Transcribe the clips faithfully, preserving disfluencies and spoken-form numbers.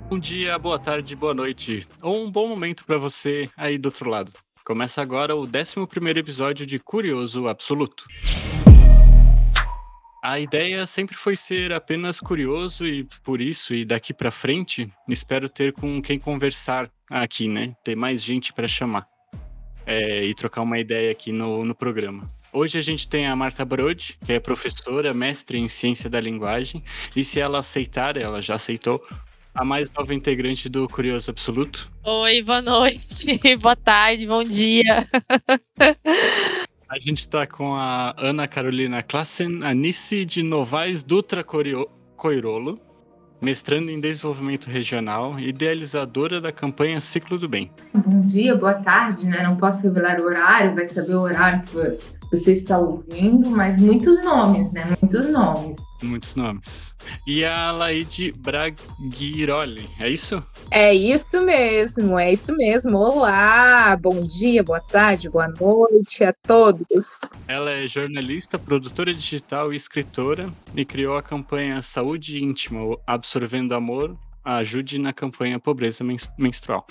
Bom dia, boa tarde, boa noite, ou um bom momento para você aí do outro lado. Começa agora o décimo primeiro episódio de Curioso Absoluto. A ideia sempre foi ser apenas curioso e por isso, e daqui pra frente, espero ter com quem conversar aqui, né? Ter mais gente para chamar é, e trocar uma ideia aqui no, no programa. Hoje a gente tem a Marta Brode, que é professora, mestre em ciência da linguagem, e se ela aceitar, ela já aceitou, a mais nova integrante do Curioso Absoluto. Oi, boa noite, boa tarde, bom dia. A gente está com a Ana Carolina Klassen Anice de Novaes Dutra Corio- Coirolo, mestrando em desenvolvimento regional, idealizadora da campanha Ciclo do Bem. Bom dia, boa tarde, né? Não posso revelar o horário, vai saber o horário que você está ouvindo, mas muitos nomes, né? Muitos nomes. Muitos nomes. E a Laide Braghiroli, é isso? É isso mesmo, é isso mesmo. Olá, bom dia, boa tarde, boa noite a todos. Ela é jornalista, produtora digital e escritora e criou a campanha Saúde Íntima, Absorvendo Amor, ajude na campanha Pobreza Menstrual.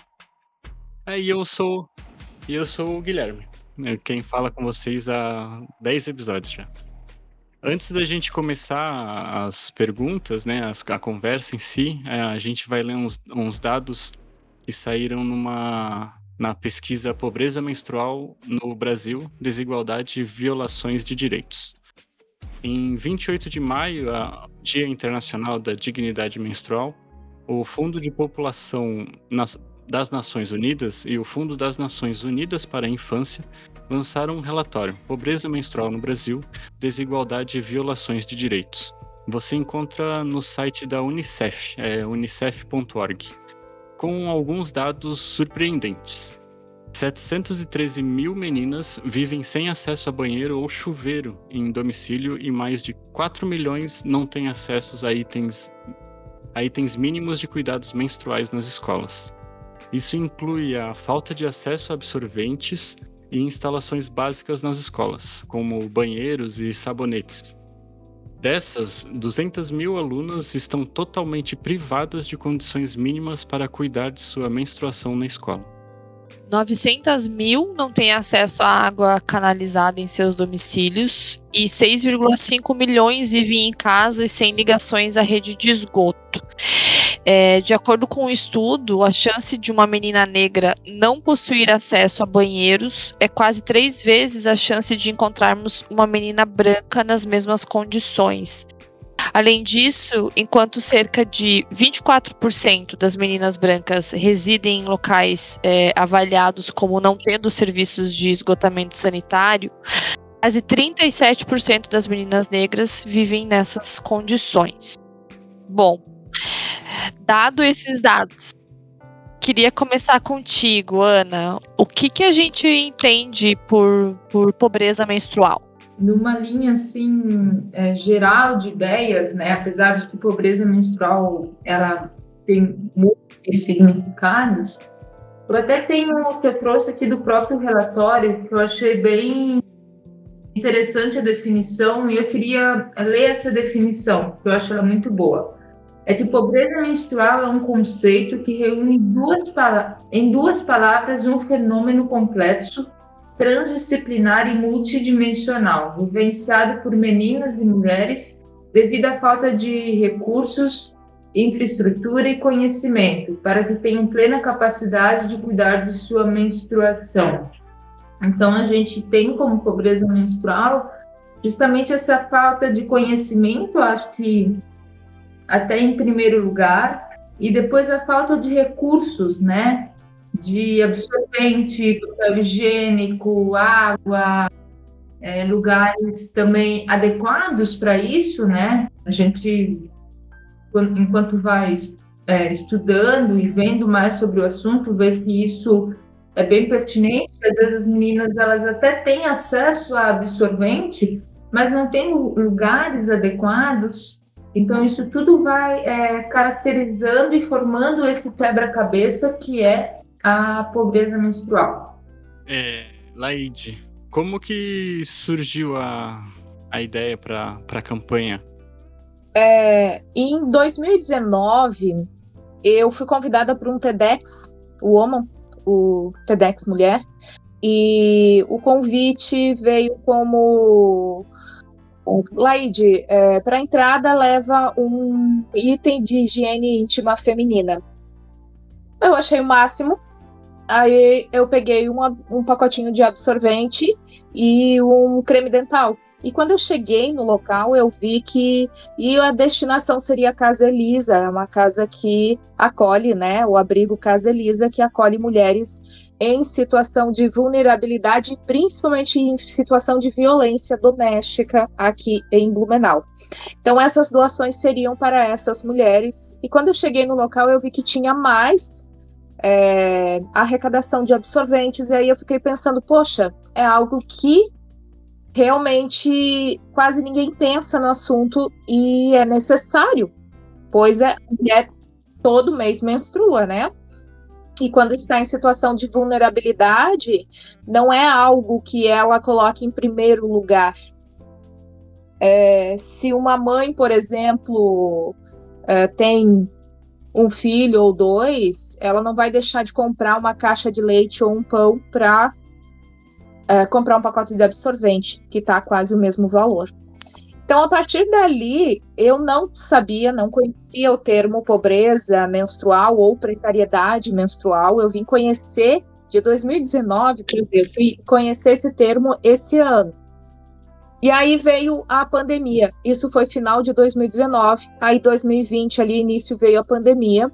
E eu sou, eu sou o Guilherme, quem fala com vocês há dez episódios já. Antes da gente começar as perguntas, né, as, a conversa em si, a gente vai ler uns, uns dados que saíram numa, na pesquisa Pobreza Menstrual no Brasil, Desigualdade e Violações de Direitos. Em vinte e oito de maio, a Dia Internacional da Dignidade Menstrual, o Fundo de População nas, das Nações Unidas e o Fundo das Nações Unidas para a Infância lançaram um relatório, Pobreza Menstrual no Brasil, Desigualdade e Violações de Direitos. Você encontra no site da Unicef, é unicef ponto org, com alguns dados surpreendentes. setecentos e treze mil meninas vivem sem acesso a banheiro ou chuveiro em domicílio e mais de quatro milhões não têm acesso a itens, a itens mínimos de cuidados menstruais nas escolas. Isso inclui a falta de acesso a absorventes e instalações básicas nas escolas, como banheiros e sabonetes. Dessas, duzentas mil alunas estão totalmente privadas de condições mínimas para cuidar de sua menstruação na escola. novecentas mil não têm acesso à água canalizada em seus domicílios e seis vírgula cinco milhões vivem em casas sem ligações à rede de esgoto. É, de acordo com o estudo, a chance de uma menina negra não possuir acesso a banheiros é quase três vezes a chance de encontrarmos uma menina branca nas mesmas condições. Além disso, enquanto cerca de vinte e quatro por cento das meninas brancas residem em locais é, avaliados como não tendo serviços de esgotamento sanitário, quase trinta e sete por cento das meninas negras vivem nessas condições. Bom, dado esses dados, queria começar contigo, Ana. O que, que a gente entende por, por pobreza menstrual? Numa linha assim é, geral de ideias, né? Apesar de que pobreza menstrual ela tem muitos significados, eu até tenho o que eu trouxe aqui do próprio relatório que eu achei bem interessante a definição e eu queria ler essa definição, que eu acho ela muito boa. É que pobreza menstrual é um conceito que reúne duas, em duas palavras um fenômeno complexo, transdisciplinar e multidimensional, vivenciado por meninas e mulheres devido à falta de recursos, infraestrutura e conhecimento, para que tenham plena capacidade de cuidar de sua menstruação. Então, a gente tem como pobreza menstrual justamente essa falta de conhecimento, acho que até em primeiro lugar, e depois a falta de recursos, né? De absorvente, papel higiênico, água, é, lugares também adequados para isso, né? A gente, enquanto vai é, estudando e vendo mais sobre o assunto, vê que isso é bem pertinente. Às vezes as meninas elas até têm acesso a absorvente, mas não têm lugares adequados. Então, isso tudo vai é, caracterizando e formando esse quebra-cabeça que é a pobreza menstrual. É, Laide, como que surgiu a, a ideia para a campanha? É, em dois mil e dezenove, eu fui convidada para um TEDx Woman, o TEDx Mulher, e o convite veio como... Laide, é, para a entrada leva um item de higiene íntima feminina. Eu achei o máximo. Aí eu peguei uma, um pacotinho de absorvente e um creme dental. E quando eu cheguei no local, eu vi que e a destinação seria a Casa Elisa, é uma casa que acolhe, né, o abrigo Casa Elisa, que acolhe mulheres em situação de vulnerabilidade, principalmente em situação de violência doméstica aqui em Blumenau. Então essas doações seriam para essas mulheres. E quando eu cheguei no local, eu vi que tinha mais é, arrecadação de absorventes, e aí eu fiquei pensando, poxa, é algo que realmente quase ninguém pensa no assunto e é necessário, pois é, é todo mês menstrua, né? E quando está em situação de vulnerabilidade, não é algo que ela coloque em primeiro lugar. É, se uma mãe, por exemplo, é, tem um filho ou dois, ela não vai deixar de comprar uma caixa de leite ou um pão para é, comprar um pacote de absorvente, que está quase o mesmo valor. Então, a partir dali, eu não sabia, não conhecia o termo pobreza menstrual ou precariedade menstrual. Eu vim conhecer, de dois mil e dezenove, eu fui conhecer esse termo esse ano. E aí veio a pandemia. Isso foi final de dois mil e dezenove. Aí, dois mil e vinte, ali, início, veio a pandemia.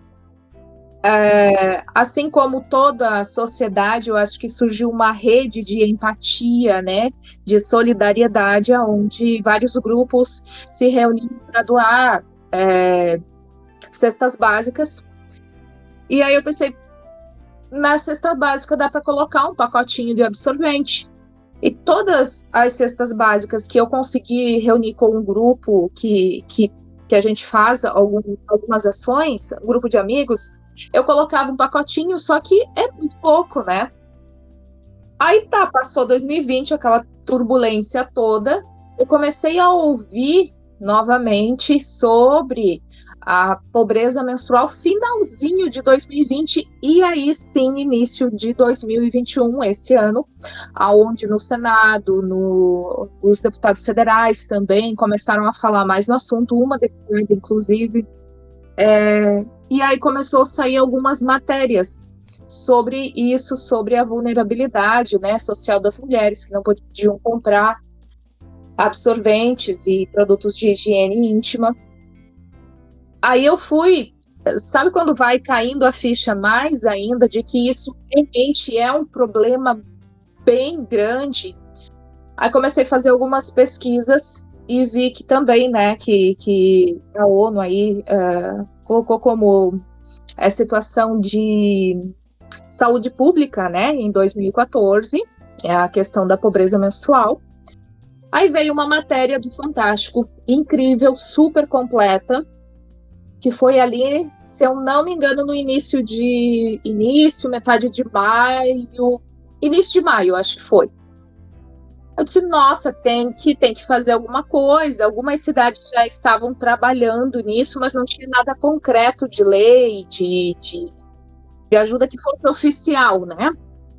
É, assim como toda a sociedade, eu acho que surgiu uma rede de empatia, né, de solidariedade, onde vários grupos se reuniram para doar é, cestas básicas. E aí eu pensei, na cesta básica dá para colocar um pacotinho de absorvente. E todas as cestas básicas que eu consegui reunir com um grupo que, que, que a gente faz algum, algumas ações, um grupo de amigos, eu colocava um pacotinho, só que é muito pouco, né? Aí tá, passou dois mil e vinte, aquela turbulência toda, eu comecei a ouvir novamente sobre a pobreza menstrual finalzinho de dois mil e vinte e aí sim início de dois mil e vinte e um, esse ano, aonde no Senado, no, os deputados federais também começaram a falar mais no assunto, uma deputada inclusive, é, e aí começou a sair algumas matérias sobre isso, sobre a vulnerabilidade, né, social das mulheres que não podiam comprar absorventes e produtos de higiene íntima. Aí eu fui, sabe quando vai caindo a ficha mais ainda de que isso realmente é um problema bem grande? Aí comecei a fazer algumas pesquisas e vi que também, né, que, que a ONU aí uh, colocou como a situação de saúde pública, né, em dois mil e quatorze, é a questão da pobreza menstrual. Aí veio uma matéria do Fantástico, incrível, super completa, que foi ali, se eu não me engano, no início de... Início, metade de maio... Início de maio, acho que foi. Eu disse, nossa, tem que, tem que fazer alguma coisa. Algumas cidades já estavam trabalhando nisso, mas não tinha nada concreto de lei, de, de, de ajuda que fosse oficial, né?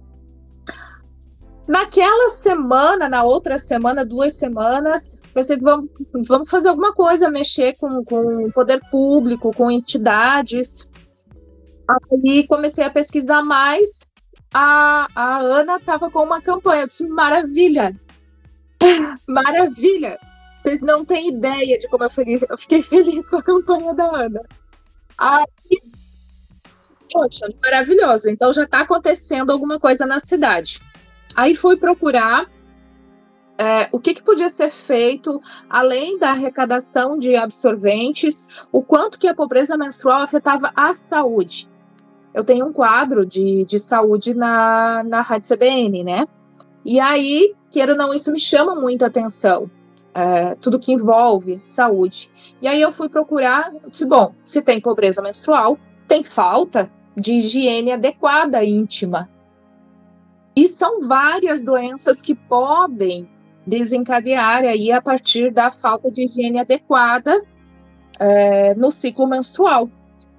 Naquela semana, na outra semana, duas semanas, pensei, vamos, vamos fazer alguma coisa, mexer com, com o poder público, com entidades. Aí comecei a pesquisar mais. A, a Ana estava com uma campanha. Eu disse, maravilha! Maravilha! Vocês não têm ideia de como eu, feliz, eu fiquei feliz com a campanha da Ana. Aí, poxa, maravilhoso. Então já está acontecendo alguma coisa na cidade. Aí fui procurar é, o que, que podia ser feito, além da arrecadação de absorventes, o quanto que a pobreza menstrual afetava a saúde. Eu tenho um quadro de, de saúde na, na Rádio C B N, né? E aí, queira ou não, isso me chama muita atenção, é, tudo que envolve saúde. E aí eu fui procurar, disse, bom, se tem pobreza menstrual, tem falta de higiene adequada íntima. E são várias doenças que podem desencadear aí a partir da falta de higiene adequada é, no ciclo menstrual.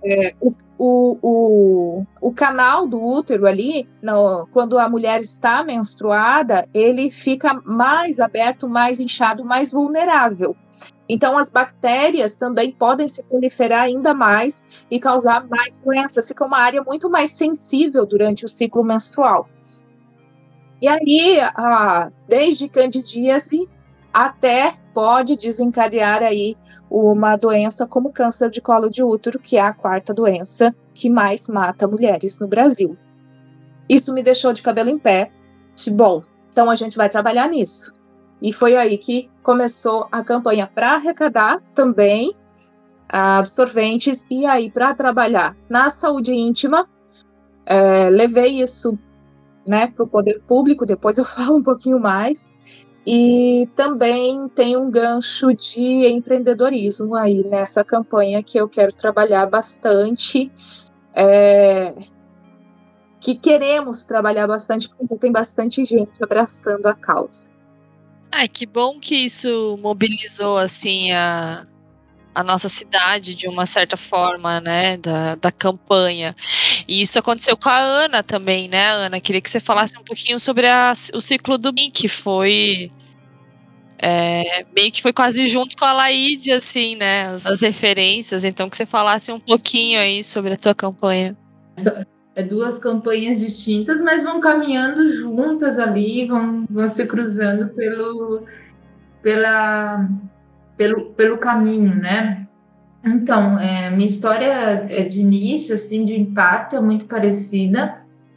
É, o, o, o, o canal do útero ali, no, quando a mulher está menstruada, ele fica mais aberto, mais inchado, mais vulnerável. Então, as bactérias também podem se proliferar ainda mais e causar mais doenças. Fica uma área muito mais sensível durante o ciclo menstrual. E aí, a, desde candidíase até pode desencadear aí uma doença como câncer de colo de útero, que é a quarta doença que mais mata mulheres no Brasil. Isso me deixou de cabelo em pé. Bom, então a gente vai trabalhar nisso. E foi aí que começou a campanha para arrecadar também absorventes e aí para trabalhar na saúde íntima. É, levei isso, né, para o poder público, depois eu falo um pouquinho mais. E também tem um gancho de empreendedorismo aí nessa campanha que eu quero trabalhar bastante, é, que queremos trabalhar bastante, porque tem bastante gente abraçando a causa. Ai, que bom que isso mobilizou, assim, a, a nossa cidade de uma certa forma, né, da, da campanha. E isso aconteceu com a Ana também, né, Ana? Queria que você falasse um pouquinho sobre a, o ciclo do bem, que foi é, meio que foi quase junto com a Laíde, assim, né, as, as referências. Então, que você falasse um pouquinho aí sobre a tua campanha. É duas campanhas distintas, mas vão caminhando juntas ali, vão, vão se cruzando pelo, pela, pelo, pelo caminho, né? Então, é, minha história é de início, assim, de impacto, é muito parecida.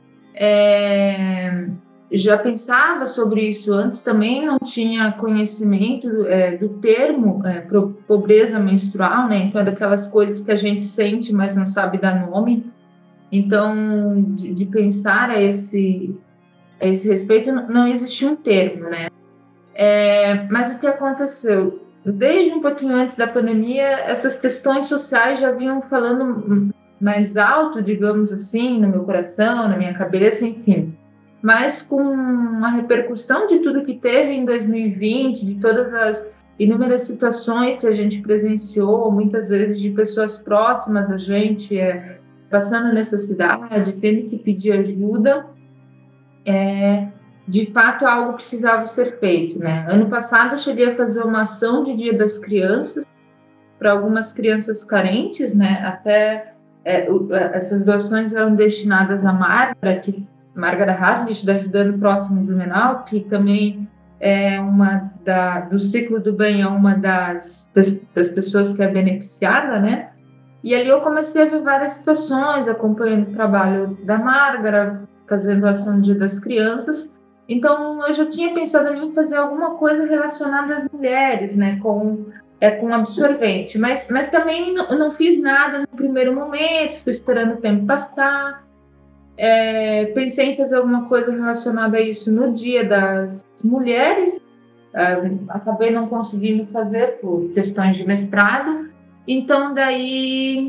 É, já pensava sobre isso antes, também não tinha conhecimento é, do termo é, pobreza menstrual, né? Então, é daquelas coisas que a gente sente, mas não sabe dar nome. Então, de, de pensar a esse, a esse respeito, não existia um termo, né? É, mas o que aconteceu? Desde um pouquinho antes da pandemia, essas questões sociais já vinham falando mais alto, digamos assim, no meu coração, na minha cabeça, enfim. Mas com a repercussão de tudo que teve em dois mil e vinte, de todas as inúmeras situações que a gente presenciou, muitas vezes de pessoas próximas a gente, é, passando necessidade, tendo que pedir ajuda, é, de fato algo precisava ser feito, né? Ano passado eu cheguei a fazer uma ação de Dia das Crianças para algumas crianças carentes, né? Até é, essas doações eram destinadas a Márgara, que Márgara Hadlich, da Ajudando Próximo Blumenau, que também é uma da, do Ciclo do Bem, é uma das, das pessoas que é beneficiada, né? E ali eu comecei a ver várias situações, acompanhando o trabalho da Márgara, fazendo a ação de Dia das Crianças. Então, eu já tinha pensado em fazer alguma coisa relacionada às mulheres, né, com, é, com absorvente. Mas, mas também não, não fiz nada no primeiro momento, fui esperando o tempo passar. É, pensei em fazer alguma coisa relacionada a isso no Dia das Mulheres. É, acabei não conseguindo fazer por questões de mestrado. Então, daí,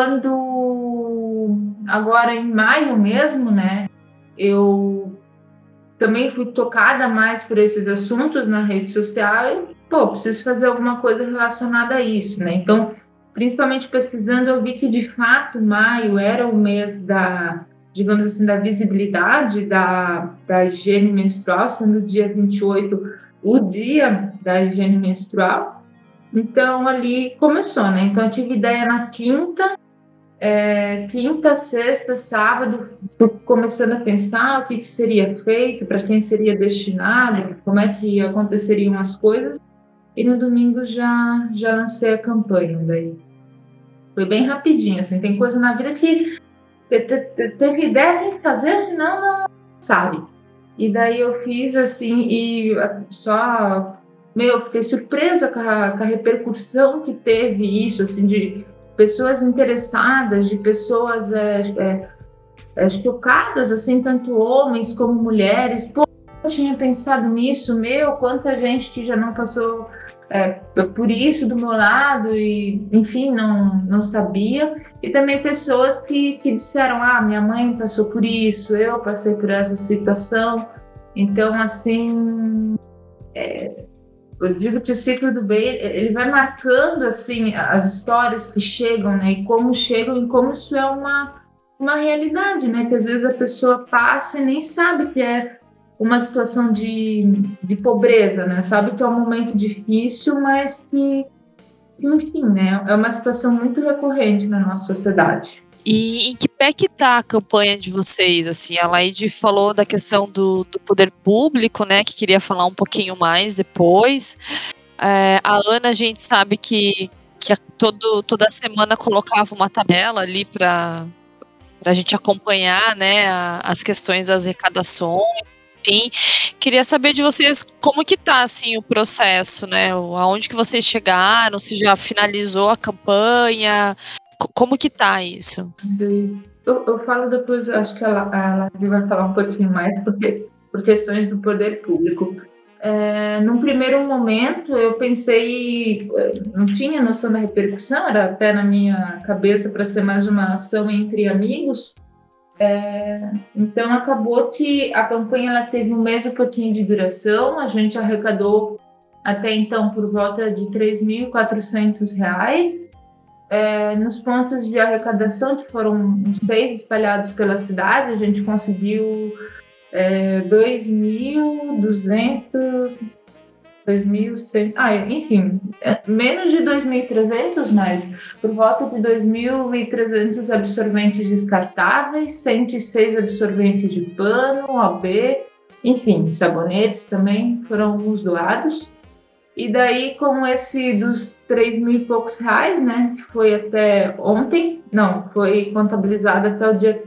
quando... Agora, em maio mesmo, né, eu... também fui tocada mais por esses assuntos na rede social e, pô, preciso fazer alguma coisa relacionada a isso, né? Então, principalmente pesquisando, eu vi que, de fato, maio era o mês da, digamos assim, da visibilidade da, da higiene menstrual, sendo o dia vinte e oito o dia da higiene menstrual. Então, ali começou, né? Então, eu tive ideia na quinta, É, quinta, sexta, sábado, começando a pensar o que, que seria feito, para quem seria destinado, como é que aconteceriam as coisas, e no domingo já, já lancei a campanha. Daí. Foi bem rapidinho, assim, tem coisa na vida que te, te, te, teve ideia, tem que fazer, senão não sabe. E daí eu fiz assim, e só, meu, fiquei surpresa com a, com a repercussão que teve isso, assim, de pessoas interessadas, de pessoas é, é, é, chocadas, assim, tanto homens como mulheres. Pô, eu tinha pensado nisso, meu, quanta gente que já não passou é, por isso do meu lado e, enfim, não, não sabia. E também pessoas que, que disseram, ah, minha mãe passou por isso, eu passei por essa situação. Então, assim, é, eu digo que o ciclo do bem, ele vai marcando, assim, as histórias que chegam, né, e como chegam, e como isso é uma, uma realidade, né, que às vezes a pessoa passa e nem sabe que é uma situação de, de pobreza, né, sabe que é um momento difícil, mas que, enfim, né, é uma situação muito recorrente na nossa sociedade. E em que pé que tá a campanha de vocês? Assim, a Laide falou da questão do, do poder público, né? Que queria falar um pouquinho mais depois. É, a Ana, a gente sabe que, que a, todo, toda semana colocava uma tabela ali para a gente acompanhar, né? A, as questões das arrecadações. Enfim, queria saber de vocês como que tá assim o processo, né? Aonde que vocês chegaram? Se já finalizou a campanha? Como que tá isso? Eu, eu falo depois, acho que a Lavi vai falar um pouquinho mais, porque por questões do poder público. É, num primeiro momento, eu pensei, não tinha noção da repercussão, era até na minha cabeça para ser mais uma ação entre amigos. É, então, acabou que a campanha ela teve um mês e pouquinho de duração, a gente arrecadou até então por volta de três mil e quatrocentos reais. É, nos pontos de arrecadação, que foram seis espalhados pela cidade, a gente conseguiu é, dois mil e duzentos, dois mil e cem, ah, enfim, é, menos de dois mil e trezentos, mas por volta de dois mil e trezentos absorventes descartáveis, cento e seis absorventes de pano, O B, enfim, sabonetes também foram alguns doados. E daí, com esse dos três mil e poucos reais, né, que foi até ontem, não, foi contabilizado até o dia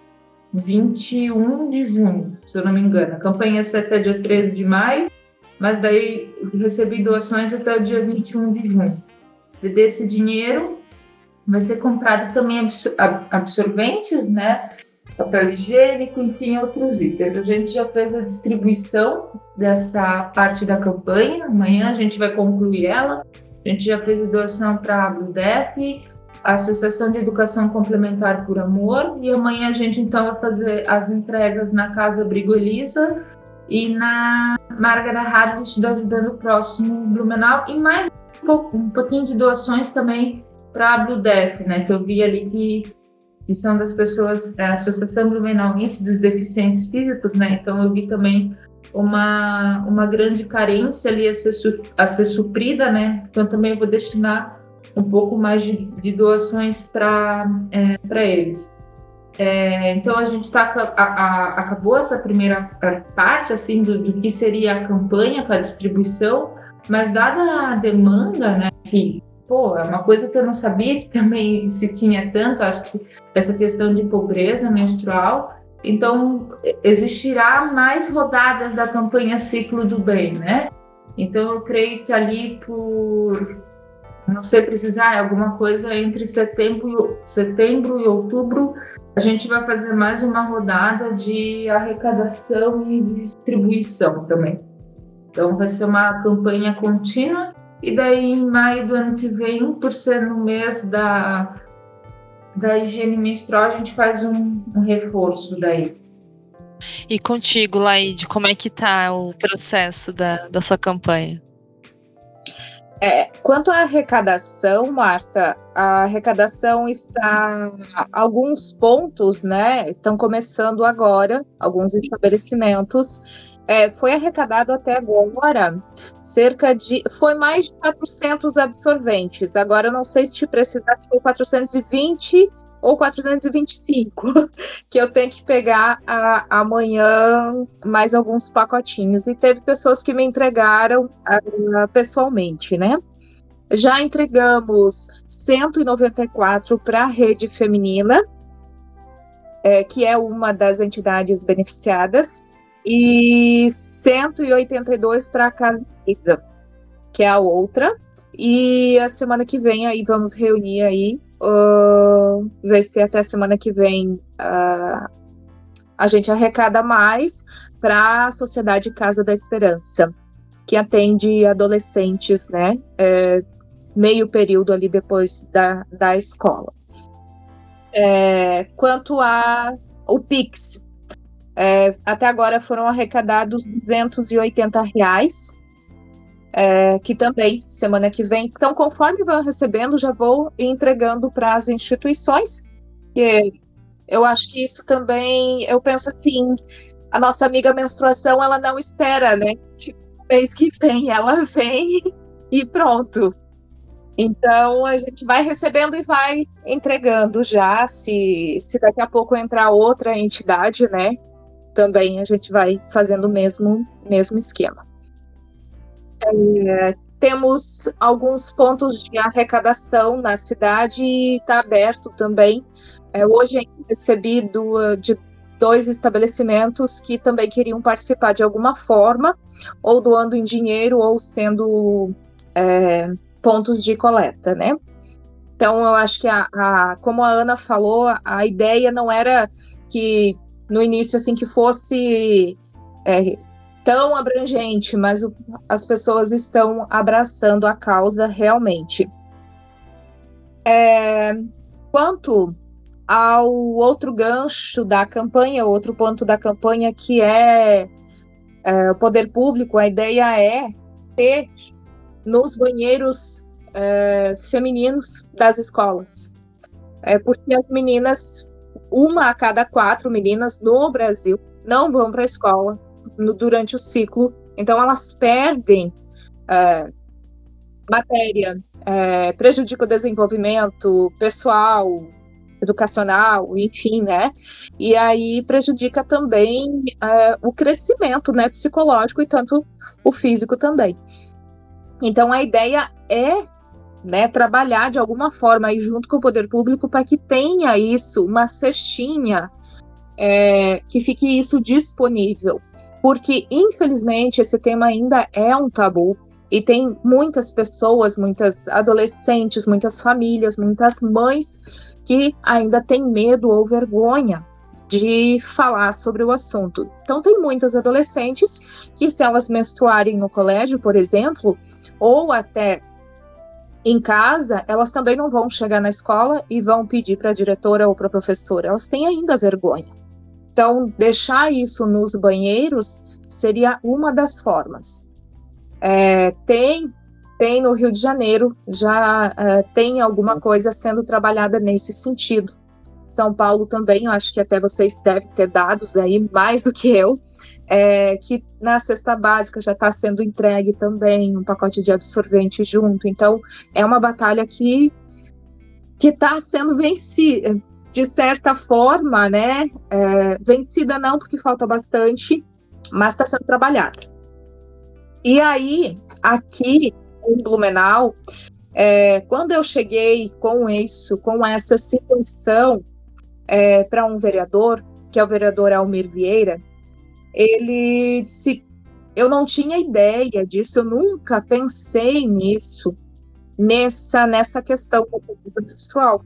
vinte e um de junho, se eu não me engano. A campanha ia ser até dia treze de maio, mas daí recebi doações até o dia vinte e um de junho. E desse dinheiro vai ser comprado também absor- absorventes, né, papel higiênico, enfim, outros itens. A gente já fez a distribuição dessa parte da campanha, amanhã a gente vai concluir ela. A gente já fez a doação para a Bludef, a Associação de Educação Complementar por Amor, e amanhã a gente então vai fazer as entregas na Casa Abrigo Elisa e na Margarida Harvest da Ajudando o Próximo Blumenau, e mais um, pouco, um pouquinho de doações também para a Bludef, né, que eu vi ali que que são das pessoas da Associação Blumenauense dos Deficientes Físicos, né? Então eu vi também uma, uma grande carência ali a ser, a ser suprida, né? Então também vou destinar um pouco mais de, de doações para é, para eles. É, então a gente tá, a, a, acabou essa primeira parte assim do, do que seria a campanha para distribuição, mas dada a demanda, né? Que, pô, é uma coisa que eu não sabia que também se tinha tanto, acho que essa questão de pobreza menstrual. Então, existirá mais rodadas da campanha Ciclo do Bem, né? Então, eu creio que ali por, não sei precisar, alguma coisa entre setembro, setembro e outubro, a gente vai fazer mais uma rodada de arrecadação e distribuição também. Então, vai ser uma campanha contínua. E daí, em maio do ano que vem, por ser no mês da, da higiene menstrual, a gente faz um, um reforço daí. E contigo, Laide, como é que tá o processo da, da sua campanha? É, quanto à arrecadação, Marta, a arrecadação está... Alguns pontos, né, estão começando agora, alguns estabelecimentos. É, foi arrecadado até agora cerca de... Foi mais de quatrocentos absorventes. Agora, eu não sei se te precisar se foi quatrocentos e vinte ou quatrocentos e vinte e cinco, que eu tenho que pegar a, amanhã mais alguns pacotinhos. E teve pessoas que me entregaram uh, pessoalmente, né? Já entregamos cento e noventa e quatro para a Rede Feminina, é, que é uma das entidades beneficiadas, e cento e oitenta e dois para a Casa Elisa, que é a outra. E a semana que vem aí vamos reunir aí, uh, vai ser até a semana que vem, uh, a gente arrecada mais para a Sociedade Casa da Esperança, que atende adolescentes, né, é, meio período ali depois da, da escola. É, quanto a o Pix, é, até agora foram arrecadados duzentos e oitenta reais é, que também, semana que vem. Então, conforme vão recebendo, já vou entregando para as instituições, que eu acho que isso também, eu penso assim, a nossa amiga menstruação, ela não espera, né? Tipo, mês que vem, ela vem e pronto. Então, a gente vai recebendo e vai entregando já. Se, se daqui a pouco entrar outra entidade, né? Também a gente vai fazendo o mesmo, mesmo esquema. É, temos alguns pontos de arrecadação na cidade e está aberto também. É, hoje eu recebi do, de dois estabelecimentos que também queriam participar de alguma forma, ou doando em dinheiro, ou sendo é, pontos de coleta, né? Então, eu acho que, a, a, como a Ana falou, a ideia não era que, no início, assim, que fosse é, tão abrangente, mas o, as pessoas estão abraçando a causa realmente. É, quanto ao outro gancho da campanha, outro ponto da campanha, que é, é o poder público, a ideia é ter nos banheiros é, femininos das escolas. É porque as meninas, uma a cada quatro meninas no Brasil, não vão para a escola no, durante o ciclo, então elas perdem é, matéria, é, prejudica o desenvolvimento pessoal, educacional, enfim, né? E aí prejudica também é, o crescimento, né, psicológico e tanto o físico também. Então, a ideia é, né, trabalhar de alguma forma aí junto com o poder público para que tenha isso, uma cestinha, é, que fique isso disponível. Porque, infelizmente, esse tema ainda é um tabu e tem muitas pessoas, muitas adolescentes, muitas famílias, muitas mães que ainda têm medo ou vergonha de falar sobre o assunto. Então, tem muitas adolescentes que, se elas menstruarem no colégio, por exemplo, ou até em casa, elas também não vão chegar na escola e vão pedir para a diretora ou para a professora. Elas têm ainda vergonha. Então, deixar isso nos banheiros seria uma das formas. É, tem, tem no Rio de Janeiro, já é, tem alguma coisa sendo trabalhada nesse sentido. São Paulo também, eu acho que até vocês devem ter dados aí, mais do que eu, é, que na cesta básica já está sendo entregue também um pacote de absorvente junto. Então, é uma batalha que que está sendo vencida, de certa forma, né? É, vencida não, porque falta bastante, mas está sendo trabalhada. E aí, aqui em Blumenau, é, quando eu cheguei com isso, com essa situação, É, para um vereador, que é o vereador Almir Vieira, ele disse, eu não tinha ideia disso, eu nunca pensei nisso, nessa, nessa questão da pobreza menstrual.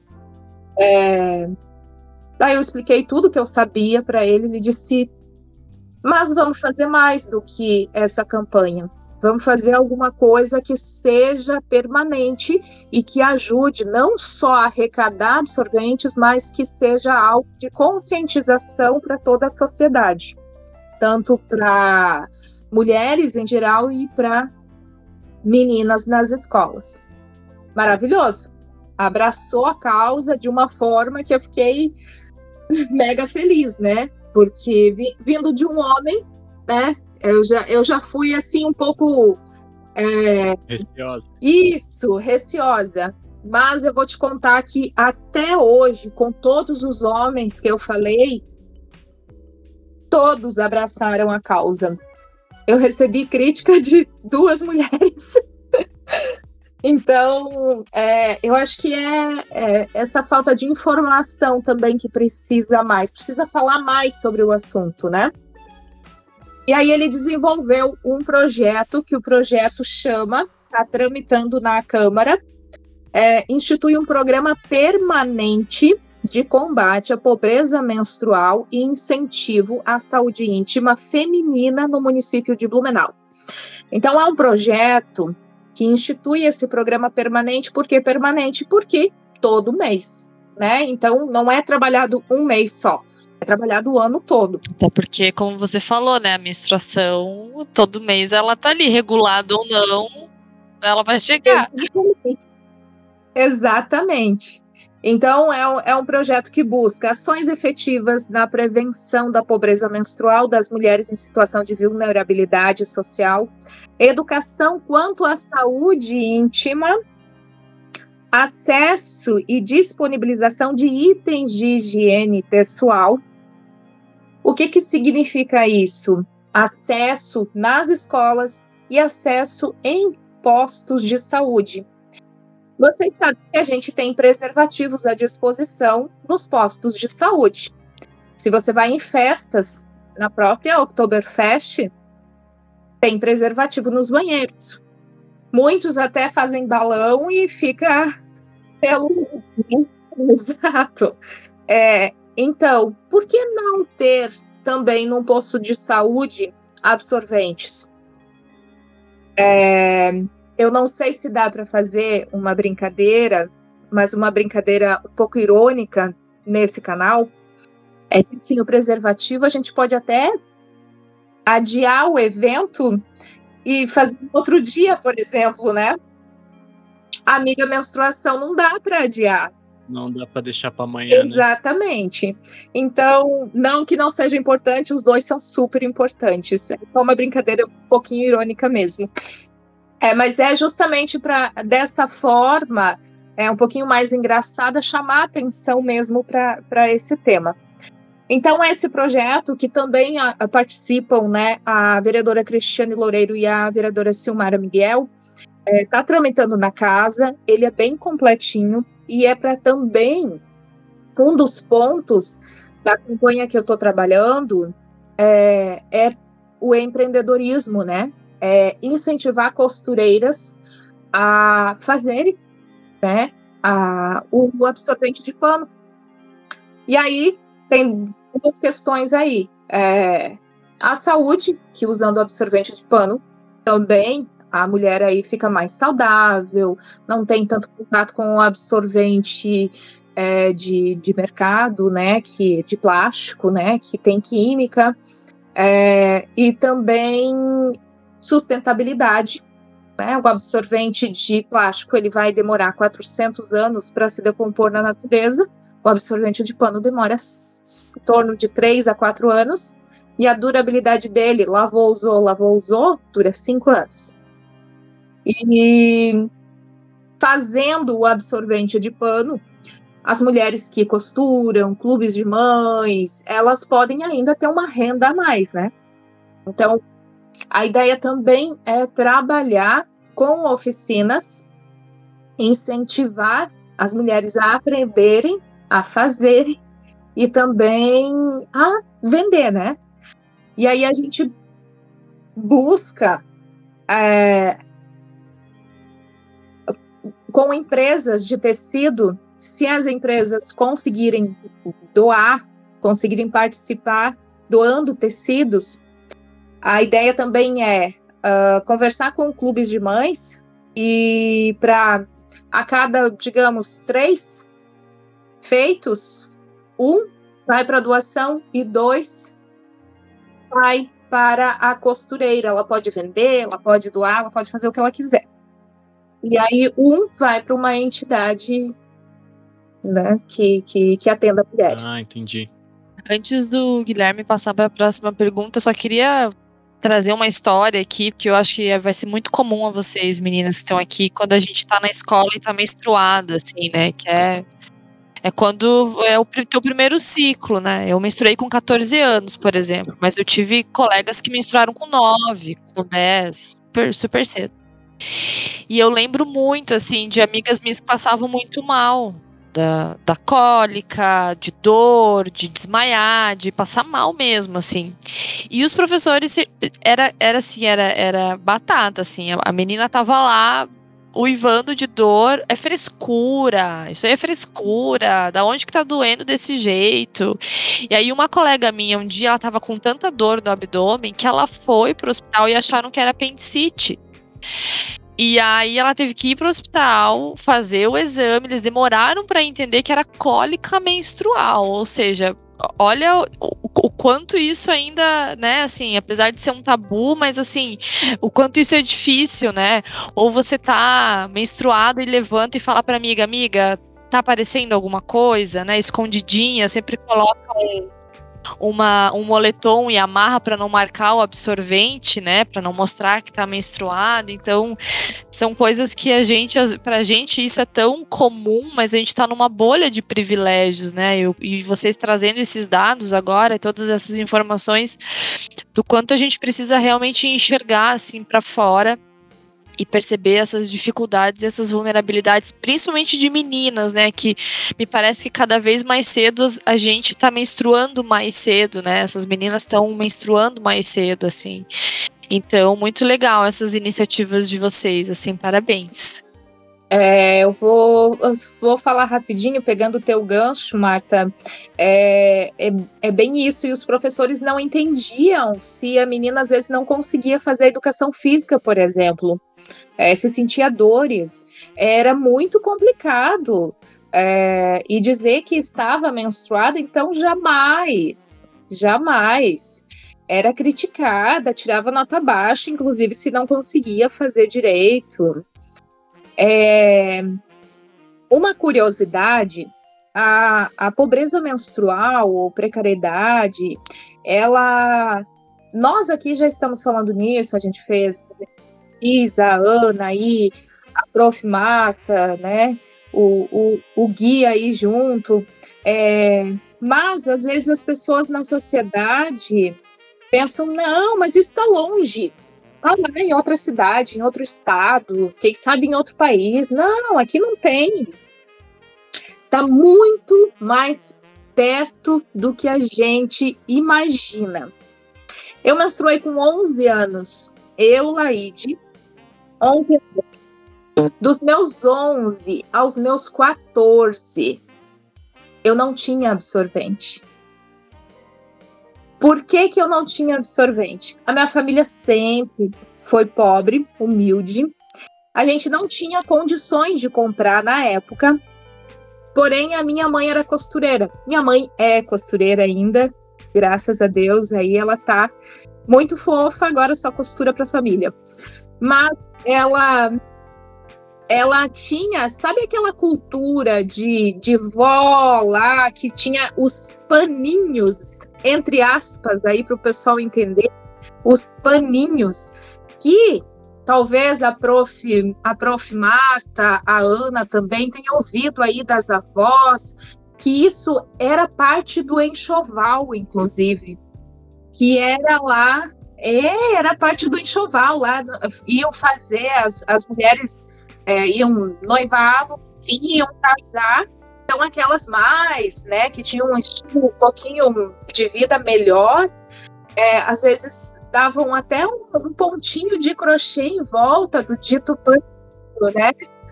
É, daí eu expliquei tudo que eu sabia para ele, ele disse, mas vamos fazer mais do que essa campanha. Vamos fazer alguma coisa que seja permanente e que ajude não só a arrecadar absorventes, mas que seja algo de conscientização para toda a sociedade, tanto para mulheres em geral e para meninas nas escolas. Maravilhoso! Abraçou a causa de uma forma que eu fiquei mega feliz, né? Porque vindo de um homem, né? Eu já, eu já fui, assim, um pouco... É, receosa. Isso, receosa. Mas eu vou te contar que até hoje, com todos os homens que eu falei, todos abraçaram a causa. Eu recebi crítica de duas mulheres. Então, é, eu acho que é, é essa falta de informação também que precisa mais. Precisa falar mais sobre o assunto, né? E aí ele desenvolveu um projeto, que o projeto chama, está tramitando na Câmara, é, institui um programa permanente de combate à pobreza menstrual e incentivo à saúde íntima feminina no município de Blumenau. Então, é um projeto que institui esse programa permanente. Por que permanente? Porque todo mês né? Então, não é trabalhado um mês só, é trabalhado o ano todo. Até porque, como você falou, né, a menstruação, todo mês ela tá ali, regulada ou não, ela vai chegar. Exatamente. Exatamente. Então, é um, é um projeto que busca ações efetivas na prevenção da pobreza menstrual das mulheres em situação de vulnerabilidade social, educação quanto à saúde íntima, acesso e disponibilização de itens de higiene pessoal. O que que significa isso? Acesso nas escolas e acesso em postos de saúde. Vocês sabem que a gente tem preservativos à disposição nos postos de saúde. Se você vai em festas, na própria Oktoberfest, tem preservativo nos banheiros. Muitos até fazem balão e fica pelo... Exato. É, então, por que não ter também num posto de saúde absorventes? É... Eu não sei se dá para fazer uma brincadeira, mas uma brincadeira um pouco irônica nesse canal é que, sim, o preservativo a gente pode até adiar o evento e fazer outro dia, por exemplo, né? Amiga, menstruação não dá para adiar. Não dá para deixar para amanhã, Exatamente. Né? Então, não que não seja importante, os dois são super importantes. É uma brincadeira um pouquinho irônica mesmo. É, mas é justamente para, dessa forma, é um pouquinho mais engraçada, chamar a atenção mesmo para esse tema. Então, esse projeto, que também a, a participam, né, a vereadora Cristiane Loureiro e a vereadora Silmara Miguel, está é, tramitando na casa, ele é bem completinho, e é para também, um dos pontos da campanha que eu estou trabalhando, é, é o empreendedorismo, né? É incentivar costureiras a fazerem, né, a, o, o absorvente de pano. E aí tem duas questões aí. É, a saúde, que usando o absorvente de pano, também a mulher aí fica mais saudável, não tem tanto contato com o absorvente é, de, de mercado, né, que, de plástico, né, que tem química, é, e também sustentabilidade, né? O absorvente de plástico ele vai demorar quatrocentos anos para se decompor na natureza, o absorvente de pano demora em torno de três a quatro anos, e a durabilidade dele, lavou, usou, lavou, usou, dura cinco anos. E fazendo o absorvente de pano, as mulheres que costuram, clubes de mães, elas podem ainda ter uma renda a mais, né? Então, a ideia também é trabalhar com oficinas, incentivar as mulheres a aprenderem, a fazerem e também a vender, né? E aí a gente busca é, com empresas de tecido, se as empresas conseguirem doar, conseguirem participar doando tecidos, a ideia também é uh, conversar com clubes de mães e para a cada, digamos, três feitos, um vai para doação e dois vai para a costureira. Ela pode vender, ela pode doar, ela pode fazer o que ela quiser. E aí um vai para uma entidade, né, que, que, que atenda mulheres. Ah, entendi. Antes do Guilherme passar para a próxima pergunta, eu só queria trazer uma história aqui, porque eu acho que vai ser muito comum a vocês, meninas que estão aqui, quando a gente tá na escola e tá menstruada, assim, né, que é, é quando é o teu primeiro ciclo, né, eu menstruei com catorze anos, por exemplo, mas eu tive colegas que menstruaram com nove, com dez, super, super cedo. E eu lembro muito, assim, de amigas minhas que passavam muito mal, Da, da cólica, de dor, de desmaiar, de passar mal mesmo, assim. E os professores, era, era assim, era, era batata, assim, a, a menina tava lá uivando de dor, é frescura, isso aí é frescura, da onde que tá doendo desse jeito? E aí uma colega minha, um dia ela tava com tanta dor no abdômen que ela foi pro hospital e acharam que era apendicite. E aí ela teve que ir pro hospital, fazer o exame, eles demoraram para entender que era cólica menstrual, ou seja, olha o, o quanto isso ainda, né, assim, apesar de ser um tabu, mas assim, o quanto isso é difícil, né? Ou você tá menstruado e levanta e fala pra amiga, amiga, tá aparecendo alguma coisa, né, escondidinha, sempre coloca um Uma, um moletom e amarra para não marcar o absorvente, né, para não mostrar que tá menstruado. Então, são coisas que a gente, pra gente isso é tão comum, mas a gente tá numa bolha de privilégios, né, e, e vocês trazendo esses dados agora, todas essas informações do quanto a gente precisa realmente enxergar, assim, para fora e perceber essas dificuldades, essas vulnerabilidades, principalmente de meninas, né, que me parece que cada vez mais cedo a gente tá menstruando mais cedo, né, essas meninas estão menstruando mais cedo, assim. Então, muito legal essas iniciativas de vocês, assim, parabéns. É, eu vou, eu vou falar rapidinho, pegando o teu gancho, Marta. É, é, é bem isso, e os professores não entendiam se a menina às vezes não conseguia fazer a educação física, por exemplo, é, se sentia dores, era muito complicado, é, e dizer que estava menstruada, então jamais, jamais. Era criticada, tirava nota baixa, inclusive se não conseguia fazer direito. É, uma curiosidade, a, a pobreza menstrual ou precariedade, ela, nós aqui já estamos falando nisso, a gente fez pesquisa, a Ana aí, a prof Marta, né, o, o, o Gui aí junto, é, mas às vezes as pessoas na sociedade pensam, não, mas isso está longe. Ah, lá em outra cidade, em outro estado, quem sabe em outro país. Não, aqui não tem. Está muito mais perto do que a gente imagina. Eu menstruei com onze anos. Eu, Laide, onze anos. Dos meus onze aos meus quatorze, eu não tinha absorvente. Por que que eu não tinha absorvente? A minha família sempre foi pobre, humilde. A gente não tinha condições de comprar na época. Porém, a minha mãe era costureira. Minha mãe é costureira ainda, graças a Deus. Aí ela tá muito fofa, agora só costura para a família. Mas ela... ela tinha, sabe aquela cultura de, de vó lá, que tinha os paninhos, entre aspas, aí para o pessoal entender, os paninhos, que talvez a prof, a prof Marta, a Ana também tenham ouvido aí das avós, que isso era parte do enxoval, inclusive, que era lá, é, era parte do enxoval, lá iam fazer, as, as mulheres... É, iam noivavam, iam casar, então aquelas mais, né, que tinham um estilo um pouquinho de vida melhor, é, às vezes davam até um, um pontinho de crochê em volta do dito paninho, né,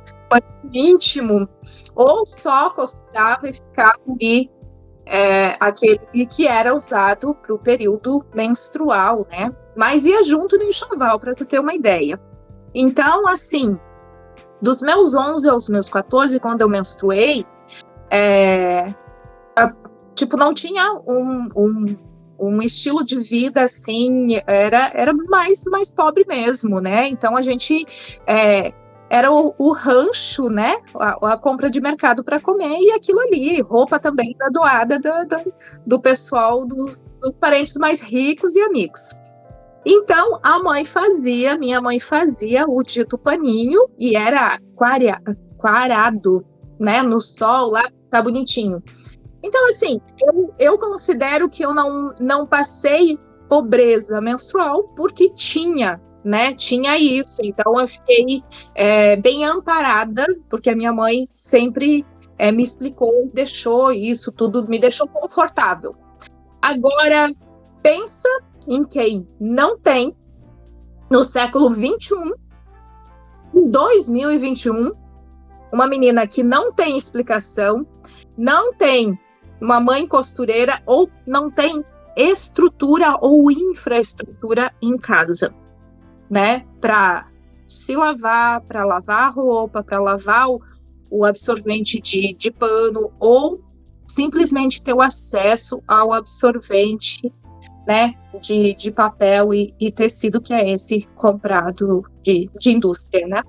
íntimo, ou só costurava e ficava ali é, aquele que era usado para o período menstrual, né, mas ia junto do enxoval, para tu ter uma ideia. Então, assim, dos meus onze aos meus quatorze, quando eu menstruei, é, a, tipo, não tinha um, um, um estilo de vida assim, era, era mais, mais pobre mesmo, né? Então a gente é, era o, o rancho, né? A, a compra de mercado para comer e aquilo ali, roupa também da doada do, do, do pessoal, dos, dos parentes mais ricos e amigos. Então, a mãe fazia, minha mãe fazia o dito paninho e era aquaria, aquarado, né, no sol lá, tá bonitinho. Então, assim, eu, eu considero que eu não, não passei pobreza menstrual porque tinha, né, tinha isso. Então, eu fiquei é, bem amparada, porque a minha mãe sempre é, me explicou, deixou isso tudo, me deixou confortável. Agora, pensa em quem não tem, no século vinte e um, em dois mil e vinte e um, uma menina que não tem explicação, não tem uma mãe costureira ou não tem estrutura ou infraestrutura em casa, né, para se lavar, para lavar a roupa, para lavar o, o absorvente de, de pano, ou simplesmente ter o acesso ao absorvente, né, de, de papel e, e tecido, que é esse comprado de, de indústria, né?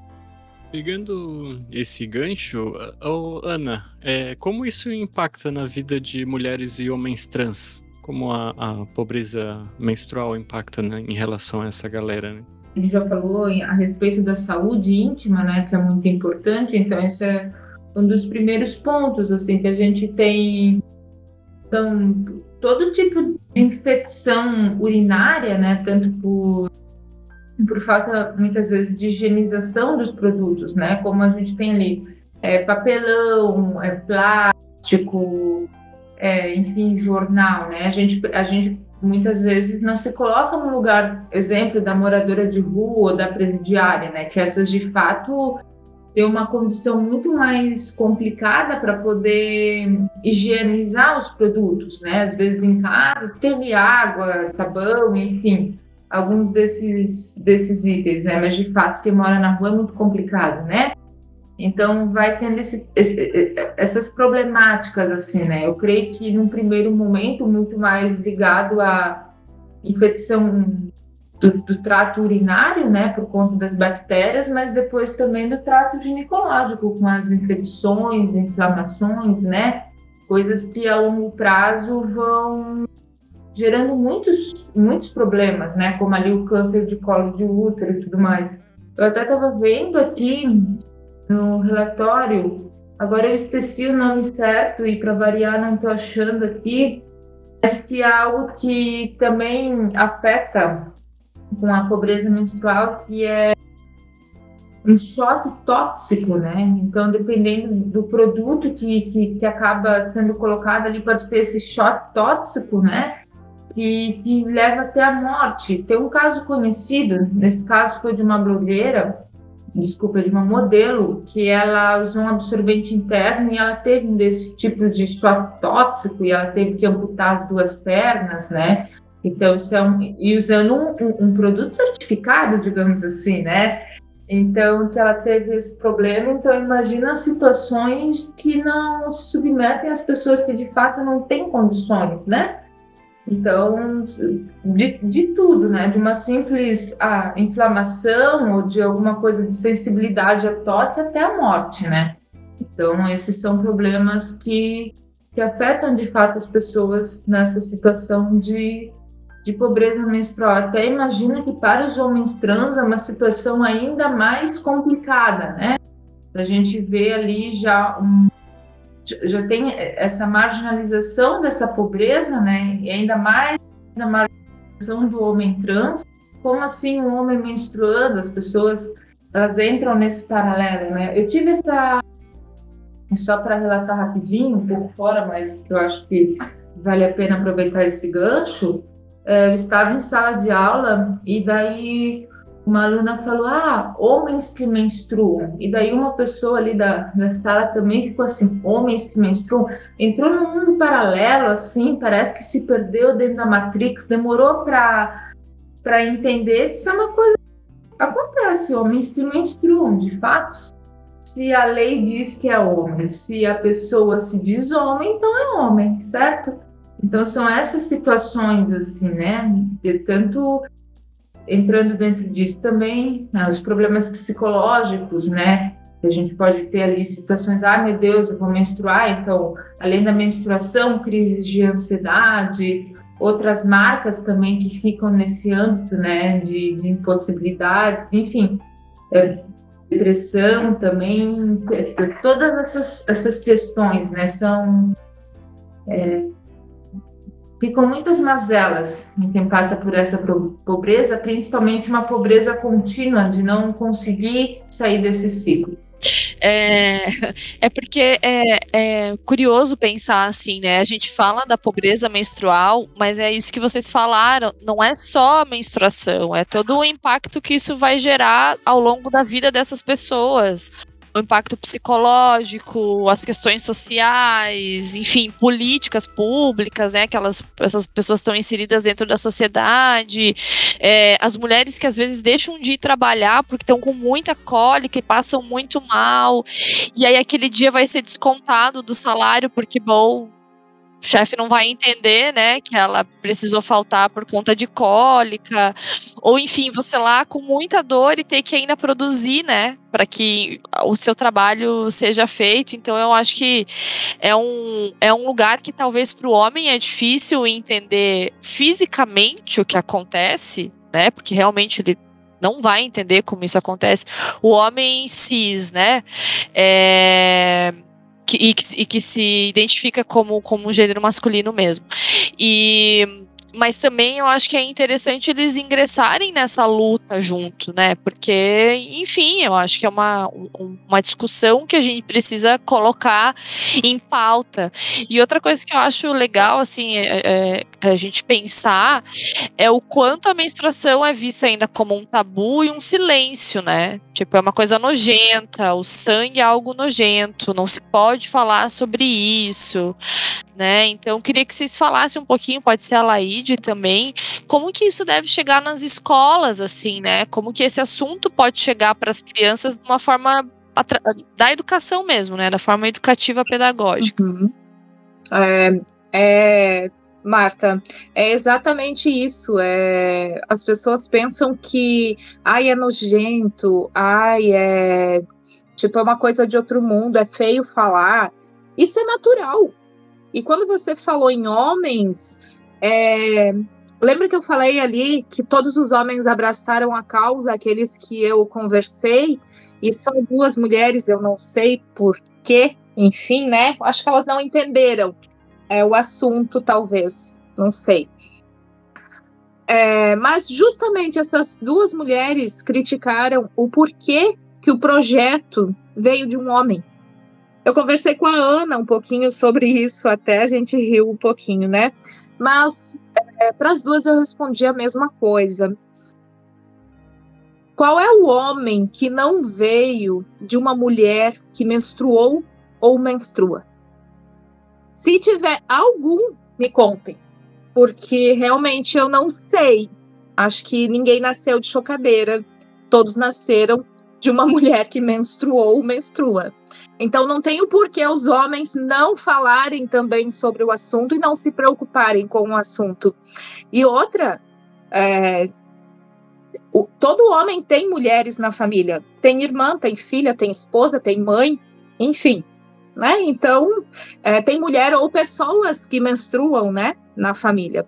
Pegando esse gancho, oh, Ana, é, como isso impacta na vida de mulheres e homens trans? Como a, a pobreza menstrual impacta, né, em relação a essa galera, né? Ele já falou a respeito da saúde íntima, né, que é muito importante, então esse é um dos primeiros pontos, assim, que a gente tem. Então, todo tipo de infecção urinária, né, tanto por, por falta, muitas vezes, de higienização dos produtos, né, como a gente tem ali é, papelão, é, plástico, é, enfim, jornal, né, a gente, a gente muitas vezes não se coloca no lugar, exemplo, da moradora de rua ou da presidiária, né, que essas, de fato, têm uma condição muito mais complicada para poder higienizar os produtos, né? Às vezes em casa teve água, sabão, enfim, alguns desses, desses itens, né? Mas de fato, quem mora na rua é muito complicado, né? Então vai tendo esse, esse, essas problemáticas, assim, né? Eu creio que num primeiro momento muito mais ligado à infecção Do, do trato urinário, né, por conta das bactérias, mas depois também do trato ginecológico, com as infecções, inflamações, né, coisas que a longo prazo vão gerando muitos, muitos problemas, né, como ali o câncer de colo de útero e tudo mais. Eu até estava vendo aqui no relatório, agora eu esqueci o nome certo e para variar não estou achando aqui, mas que é algo que também afeta com a pobreza menstrual, que é um choque tóxico, né? Então, dependendo do produto que, que, que acaba sendo colocado ali, pode ter esse choque tóxico, né? Que, que leva até a morte. Tem um caso conhecido, nesse caso foi de uma blogueira, desculpa, de uma modelo, que ela usou um absorvente interno e ela teve um desse tipo de choque tóxico e ela teve que amputar as duas pernas, né? Então, isso é um, e usando um, um, um produto certificado, digamos assim, né? Então, que ela teve esse problema. Então, imagina situações que não se submetem às pessoas que, de fato, não têm condições, né? Então, de, de tudo, né? De uma simples ah, inflamação ou de alguma coisa de sensibilidade à tosse até a morte, né? Então, esses são problemas que, que afetam, de fato, as pessoas nessa situação de de pobreza menstrual. Até imagino que para os homens trans é uma situação ainda mais complicada, né? A gente vê ali já um, já tem essa marginalização dessa pobreza, né? E ainda mais a marginalização do homem trans. Como assim um homem menstruando? As pessoas, elas entram nesse paralelo, né? Eu tive essa, só para relatar rapidinho, um pouco fora, mas eu acho que vale a pena aproveitar esse gancho. Eu estava em sala de aula e daí uma aluna falou, ah, homens que menstruam. E daí uma pessoa ali da, da sala também ficou assim, homens que menstruam. Entrou num mundo paralelo, assim, parece que se perdeu dentro da Matrix, demorou para para entender que isso é uma coisa que acontece, homens que menstruam, de fato. Se a lei diz que é homem, se a pessoa se diz homem, então é homem, certo? Então, são essas situações, assim, né? De tanto entrando dentro disso também, né, os problemas psicológicos, né? A gente pode ter ali situações, ah, meu Deus, eu vou menstruar, então, além da menstruação, crises de ansiedade, outras marcas também que ficam nesse âmbito, né? De, de impossibilidades, enfim, é, depressão também, todas essas, essas questões, né? São... É, ficam muitas mazelas em quem passa por essa pobreza, principalmente uma pobreza contínua de não conseguir sair desse ciclo. É, é porque é, é curioso pensar assim, né? A gente fala da pobreza menstrual, mas é isso que vocês falaram, não é só a menstruação, é todo o impacto que isso vai gerar ao longo da vida dessas pessoas. o impacto psicológico, as questões sociais, enfim, políticas públicas, né, que elas, essas pessoas estão inseridas dentro da sociedade, é, as mulheres que às vezes deixam de ir trabalhar porque estão com muita cólica e passam muito mal, e aí aquele dia vai ser descontado do salário porque, bom, o chefe não vai entender, né, que ela precisou faltar por conta de cólica, ou enfim, você lá com muita dor e ter que ainda produzir, né, para que o seu trabalho seja feito. Então eu acho que é um, é um lugar que talvez para o homem é difícil entender fisicamente o que acontece, né, porque realmente ele não vai entender como isso acontece. O homem cis, né, é... Que, e, que, e que se identifica como, como um gênero masculino mesmo. E, mas também eu acho que é interessante eles ingressarem nessa luta junto, né? Porque, enfim, eu acho que é uma, uma discussão que a gente precisa colocar em pauta. E outra coisa que eu acho legal, assim, é, é a gente pensar é o quanto a menstruação é vista ainda como um tabu e um silêncio, né? Tipo, é uma coisa nojenta, o sangue é algo nojento, não se pode falar sobre isso, né? Então, queria que vocês falassem um pouquinho, pode ser a Laíde também, como que isso deve chegar nas escolas, assim, né? Como que esse assunto pode chegar para as crianças de uma forma da educação mesmo, né? Da forma educativa pedagógica. Uhum. É, é, Marta, é exatamente isso. É, as pessoas pensam que, ai, é nojento, ai, é tipo, é uma coisa de outro mundo, é feio falar. Isso é natural. E quando você falou em homens, é, lembra que eu falei ali que todos os homens abraçaram a causa, aqueles que eu conversei, e só duas mulheres, eu não sei por quê, enfim, né? Acho que elas não entenderam é, o assunto, talvez, não sei. É, mas justamente essas duas mulheres criticaram o porquê que o projeto veio de um homem. Eu conversei com a Ana um pouquinho sobre isso, até a gente riu um pouquinho, né? Mas é, para as duas eu respondi a mesma coisa. Qual é o homem que não veio de uma mulher que menstruou ou menstrua? Se tiver algum, me contem, porque realmente eu não sei. Acho que ninguém nasceu de chocadeira, todos nasceram de uma mulher que menstruou ou menstrua. Então não tem o porquê os homens não falarem também sobre o assunto e não se preocuparem com o assunto. E outra, é, o, todo homem tem mulheres na família. Tem irmã, tem filha, tem esposa, tem mãe, enfim. Né? Então, é, tem mulher ou pessoas que menstruam, né, na família.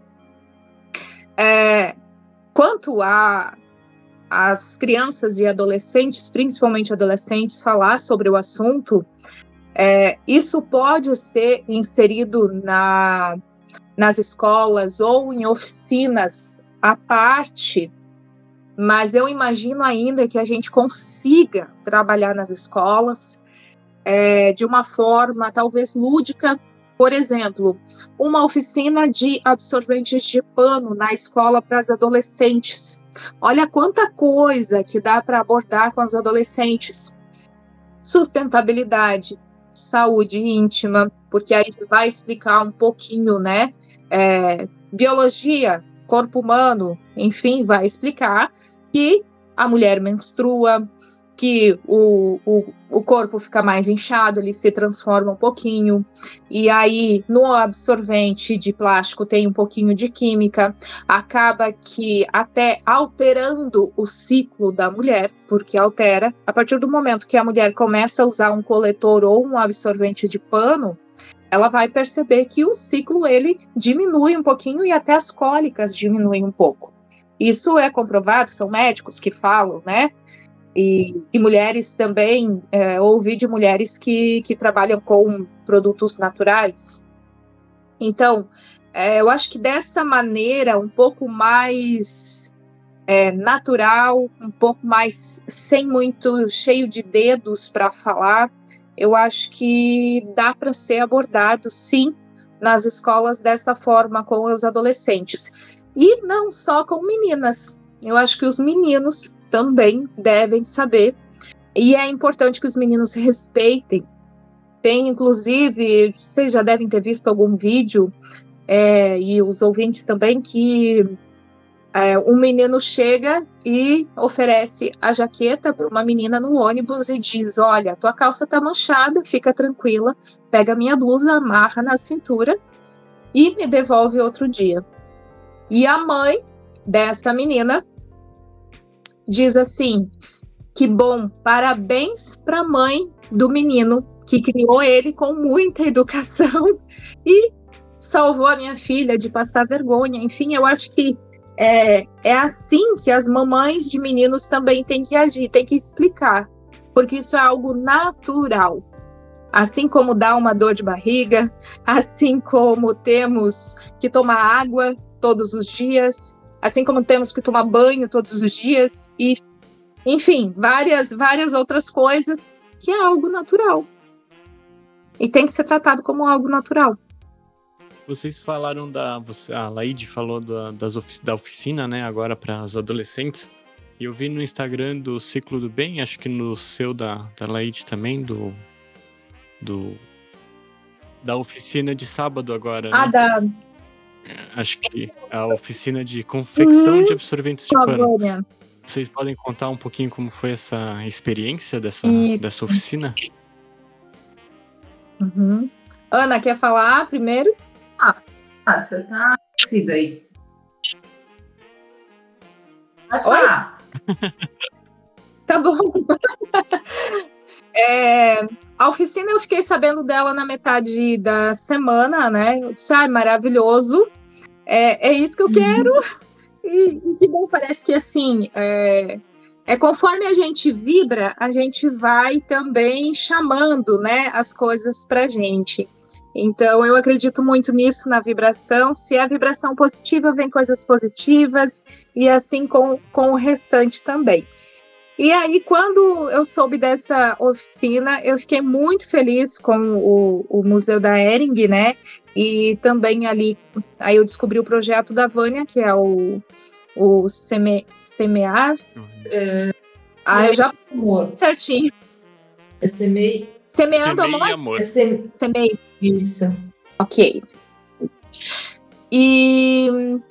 É, quanto a as crianças e adolescentes, principalmente adolescentes, falar sobre o assunto, é, isso pode ser inserido na, nas escolas ou em oficinas à parte, mas eu imagino ainda que a gente consiga trabalhar nas escolas é, de uma forma talvez lúdica. Por exemplo, uma oficina de absorventes de pano na escola para as adolescentes. Olha quanta coisa que dá para abordar com as adolescentes. Sustentabilidade, saúde íntima, porque aí vai explicar um pouquinho, né? É, biologia, corpo humano, enfim, vai explicar que a mulher menstrua, que o, o, o corpo fica mais inchado, ele se transforma um pouquinho, e aí no absorvente de plástico tem um pouquinho de química, acaba que até alterando o ciclo da mulher, porque altera, a partir do momento que a mulher começa a usar um coletor ou um absorvente de pano, ela vai perceber que o ciclo ele diminui um pouquinho e até as cólicas diminuem um pouco. Isso é comprovado, são médicos que falam, né? E, e mulheres também, é, ouvi de mulheres que, que trabalham com produtos naturais. Então, é, eu acho que dessa maneira, um pouco mais é, natural, um pouco mais sem muito cheio de dedos para falar, eu acho que dá para ser abordado, sim, nas escolas dessa forma com os adolescentes. E não só com meninas. Eu acho que os meninos também devem saber E é importante que os meninos respeitem. Tem, inclusive, vocês já devem ter visto algum vídeo, é, e os ouvintes também, que é, um menino chega e oferece a jaqueta para uma menina no ônibus e diz: olha, tua calça tá manchada, fica tranquila, pega minha blusa, amarra na cintura e me devolve outro dia. E a mãe dessa menina diz assim: que bom, parabéns para a mãe do menino que criou ele com muita educação e salvou a minha filha de passar vergonha. Enfim, eu acho que é, é assim que as mamães de meninos também têm que agir, têm que explicar, porque isso é algo natural. Assim como dá uma dor de barriga, assim como temos que tomar água todos os dias, assim como temos que tomar banho todos os dias, e, enfim, várias, várias outras coisas, que é algo natural. E tem que ser tratado como algo natural. Vocês falaram da... A Laide falou da, das ofic, da oficina, né, agora para as adolescentes. E eu vi no Instagram do Ciclo do Bem, acho que no seu da, da Laide também, do, do... da oficina de sábado agora, Ah, né? da... Acho que a oficina de confecção uhum. de absorventes de pano. Vânia. Vocês podem contar um pouquinho como foi essa experiência dessa, dessa oficina? Uhum. Ana, quer falar primeiro? Ah, ah você tá assim daí. Pode falar. Tá bom. É, a oficina eu fiquei sabendo dela na metade da semana, né? Eu disse, ai, maravilhoso. É, é isso que eu quero. E, e que bom, parece que assim, é, é conforme a gente vibra, a gente vai também chamando, né, as coisas pra gente. Então, eu acredito muito nisso, na vibração. Se é vibração positiva, vem coisas positivas, e assim com, com o restante também. E aí, quando eu soube dessa oficina, eu fiquei muito feliz com o, o Museu da Hering, né? E também ali, aí eu descobri o projeto da Vânia, que é o, o Seme, Semear. É, ah, eu já... amor. Certinho. É semei... Semeando Semei amor? amor. É sem... Semei. Isso. Ok. E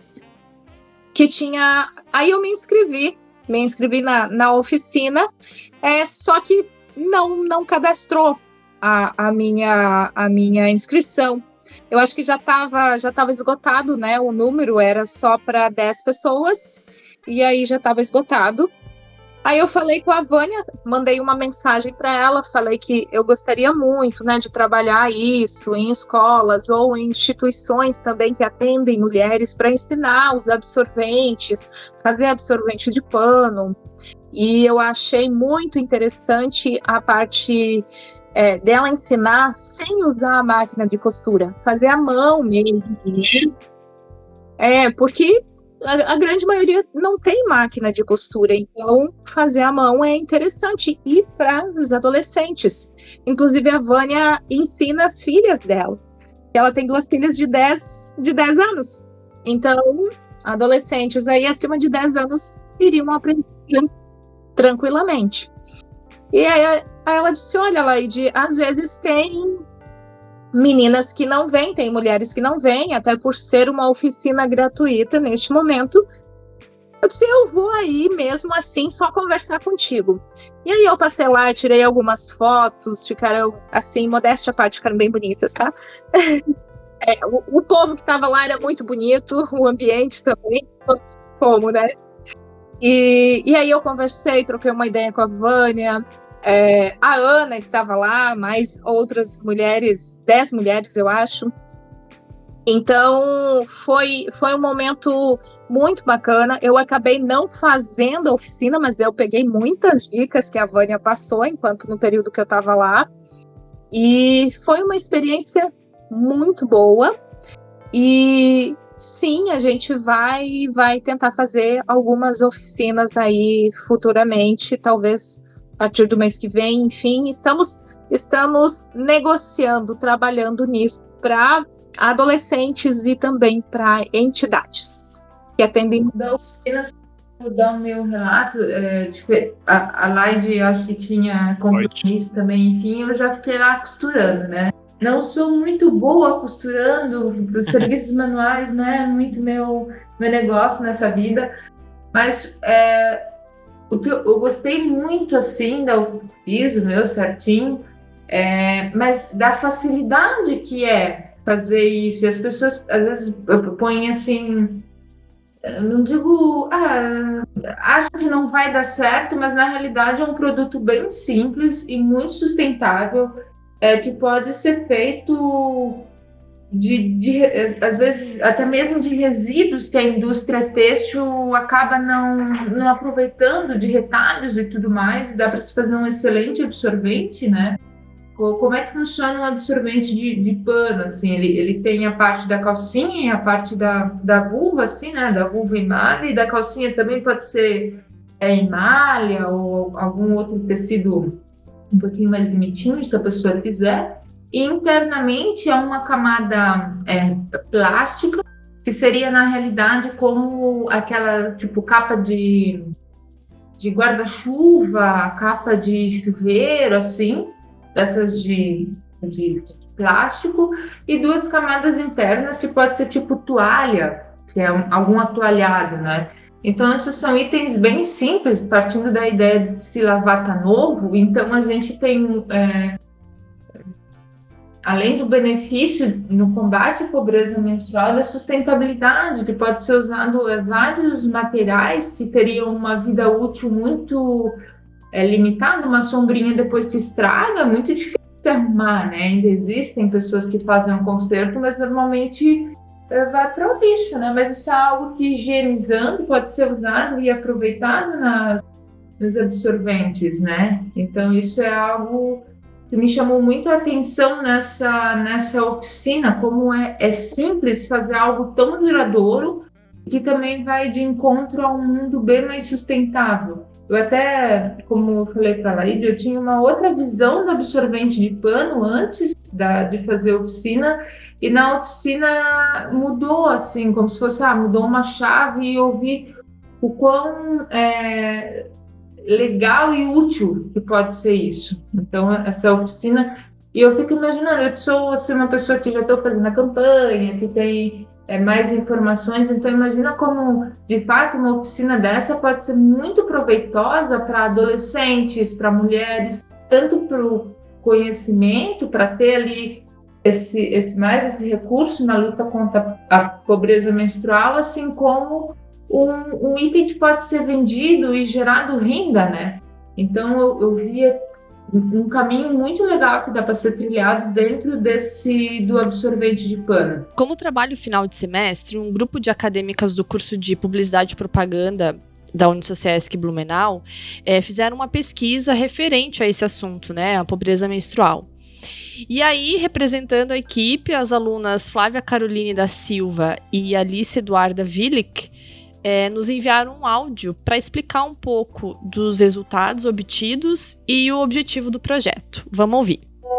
que tinha... Aí eu me inscrevi. Me inscrevi na, na oficina, é, só que não, não cadastrou a, a, minha, a minha inscrição. Eu acho que já estava já tava esgotado, né? O número era só para dez pessoas, e aí já estava esgotado. Aí eu falei com a Vânia, mandei uma mensagem para ela, falei que eu gostaria muito, né, de trabalhar isso em escolas ou em instituições também que atendem mulheres para ensinar os absorventes, fazer absorvente de pano. E eu achei muito interessante a parte é, dela ensinar sem usar a máquina de costura, fazer à mão mesmo. É, porque a, a grande maioria não tem máquina de costura, então fazer à mão é interessante, e para os adolescentes. Inclusive a Vânia ensina as filhas dela. Ela tem duas filhas de dez, de dez anos. Então, adolescentes aí acima de dez anos iriam aprender tranquilamente. E aí, aí ela disse, olha, Laide, às vezes tem meninas que não vêm, tem mulheres que não vêm, até por ser uma oficina gratuita neste momento. Eu disse, eu vou aí mesmo assim só conversar contigo. E aí eu passei lá, tirei algumas fotos, ficaram assim, modéstia à parte, ficaram bem bonitas, tá? É, o, o povo que estava lá era muito bonito, o ambiente também, como, né? E, e aí eu conversei, troquei uma ideia com a Vânia. É, a Ana estava lá, mais outras mulheres, dez mulheres, eu acho. Então, foi, foi um momento muito bacana. Eu acabei não fazendo a oficina, mas eu peguei muitas dicas que a Vânia passou enquanto no período que eu estava lá. E foi uma experiência muito boa. E sim, a gente vai, vai tentar fazer algumas oficinas aí futuramente, talvez a partir do mês que vem, enfim, estamos, estamos negociando, trabalhando nisso para adolescentes e também para entidades que atendem. Da oficina Vou dar o meu relato. É, tipo, a, a Laide, acho que tinha compromisso também, enfim, eu já fiquei lá costurando, né? Não sou muito boa costurando, os serviços manuais, né? Muito meu, meu negócio nessa vida, mas é, o que eu, eu gostei muito, assim, da fiz o meu certinho, é, mas da facilidade que é fazer isso. E as pessoas, às vezes, põem assim... Não digo, ah, acho que não vai dar certo, mas na realidade é um produto bem simples e muito sustentável, é, que pode ser feito de, de, às vezes, até mesmo de resíduos que a indústria têxtil acaba não, não aproveitando, de retalhos e tudo mais. Dá para se fazer um excelente absorvente, né? Como é que funciona um absorvente de, de pano, assim? Ele, ele tem a parte da calcinha e a parte da, da vulva, assim, né? Da vulva em malha, e da calcinha também pode ser é, em malha ou algum outro tecido um pouquinho mais bonitinho, se a pessoa quiser. E internamente é uma camada é, plástica, que seria, na realidade, como aquela, tipo, capa de, de guarda-chuva, capa de chuveiro, assim, dessas de, de, de plástico, e duas camadas internas que pode ser tipo toalha, que é um, algum atualhado, né? Então, esses são itens bem simples, partindo da ideia de se lavar tá novo. Então, a gente tem, é, além do benefício no combate à pobreza menstrual, da sustentabilidade, que pode ser usado é, vários materiais que teriam uma vida útil muito é limitado. Uma sombrinha depois que estraga, é muito difícil de arrumar, né? Ainda existem pessoas que fazem um conserto, mas normalmente é, vai para o lixo, né? Mas isso é algo que, higienizando, pode ser usado e aproveitado nas, nos absorventes, né? Então isso é algo que me chamou muito a atenção nessa, nessa oficina, como é, é simples fazer algo tão duradouro, que também vai de encontro a um mundo bem mais sustentável. Eu até, como eu falei para a Laide, eu tinha uma outra visão do absorvente de pano antes da, de fazer a oficina, e na oficina mudou, assim, como se fosse, ah, mudou uma chave, e eu vi o quão é, legal e útil que pode ser isso. Então, essa oficina, e eu fico imaginando, eu sou assim, uma pessoa que já estou fazendo a campanha, que tem... É, mais informações, então imagina como, de fato, uma oficina dessa pode ser muito proveitosa para adolescentes, para mulheres, tanto para o conhecimento, para ter ali esse, esse, mais esse recurso na luta contra a pobreza menstrual, assim como um, um item que pode ser vendido e gerado renda, né? Então eu, eu via um caminho muito legal que dá para ser trilhado dentro desse do absorvente de pano. Como trabalho final de semestre, um grupo de acadêmicas do curso de Publicidade e Propaganda da Unisociesc Blumenau é, fizeram uma pesquisa referente a esse assunto, né, a pobreza menstrual. E aí, representando a equipe, as alunas Flávia Caroline da Silva e Alice Eduarda Willick É, nos enviaram um áudio para explicar um pouco dos resultados obtidos e o objetivo do projeto. Vamos ouvir.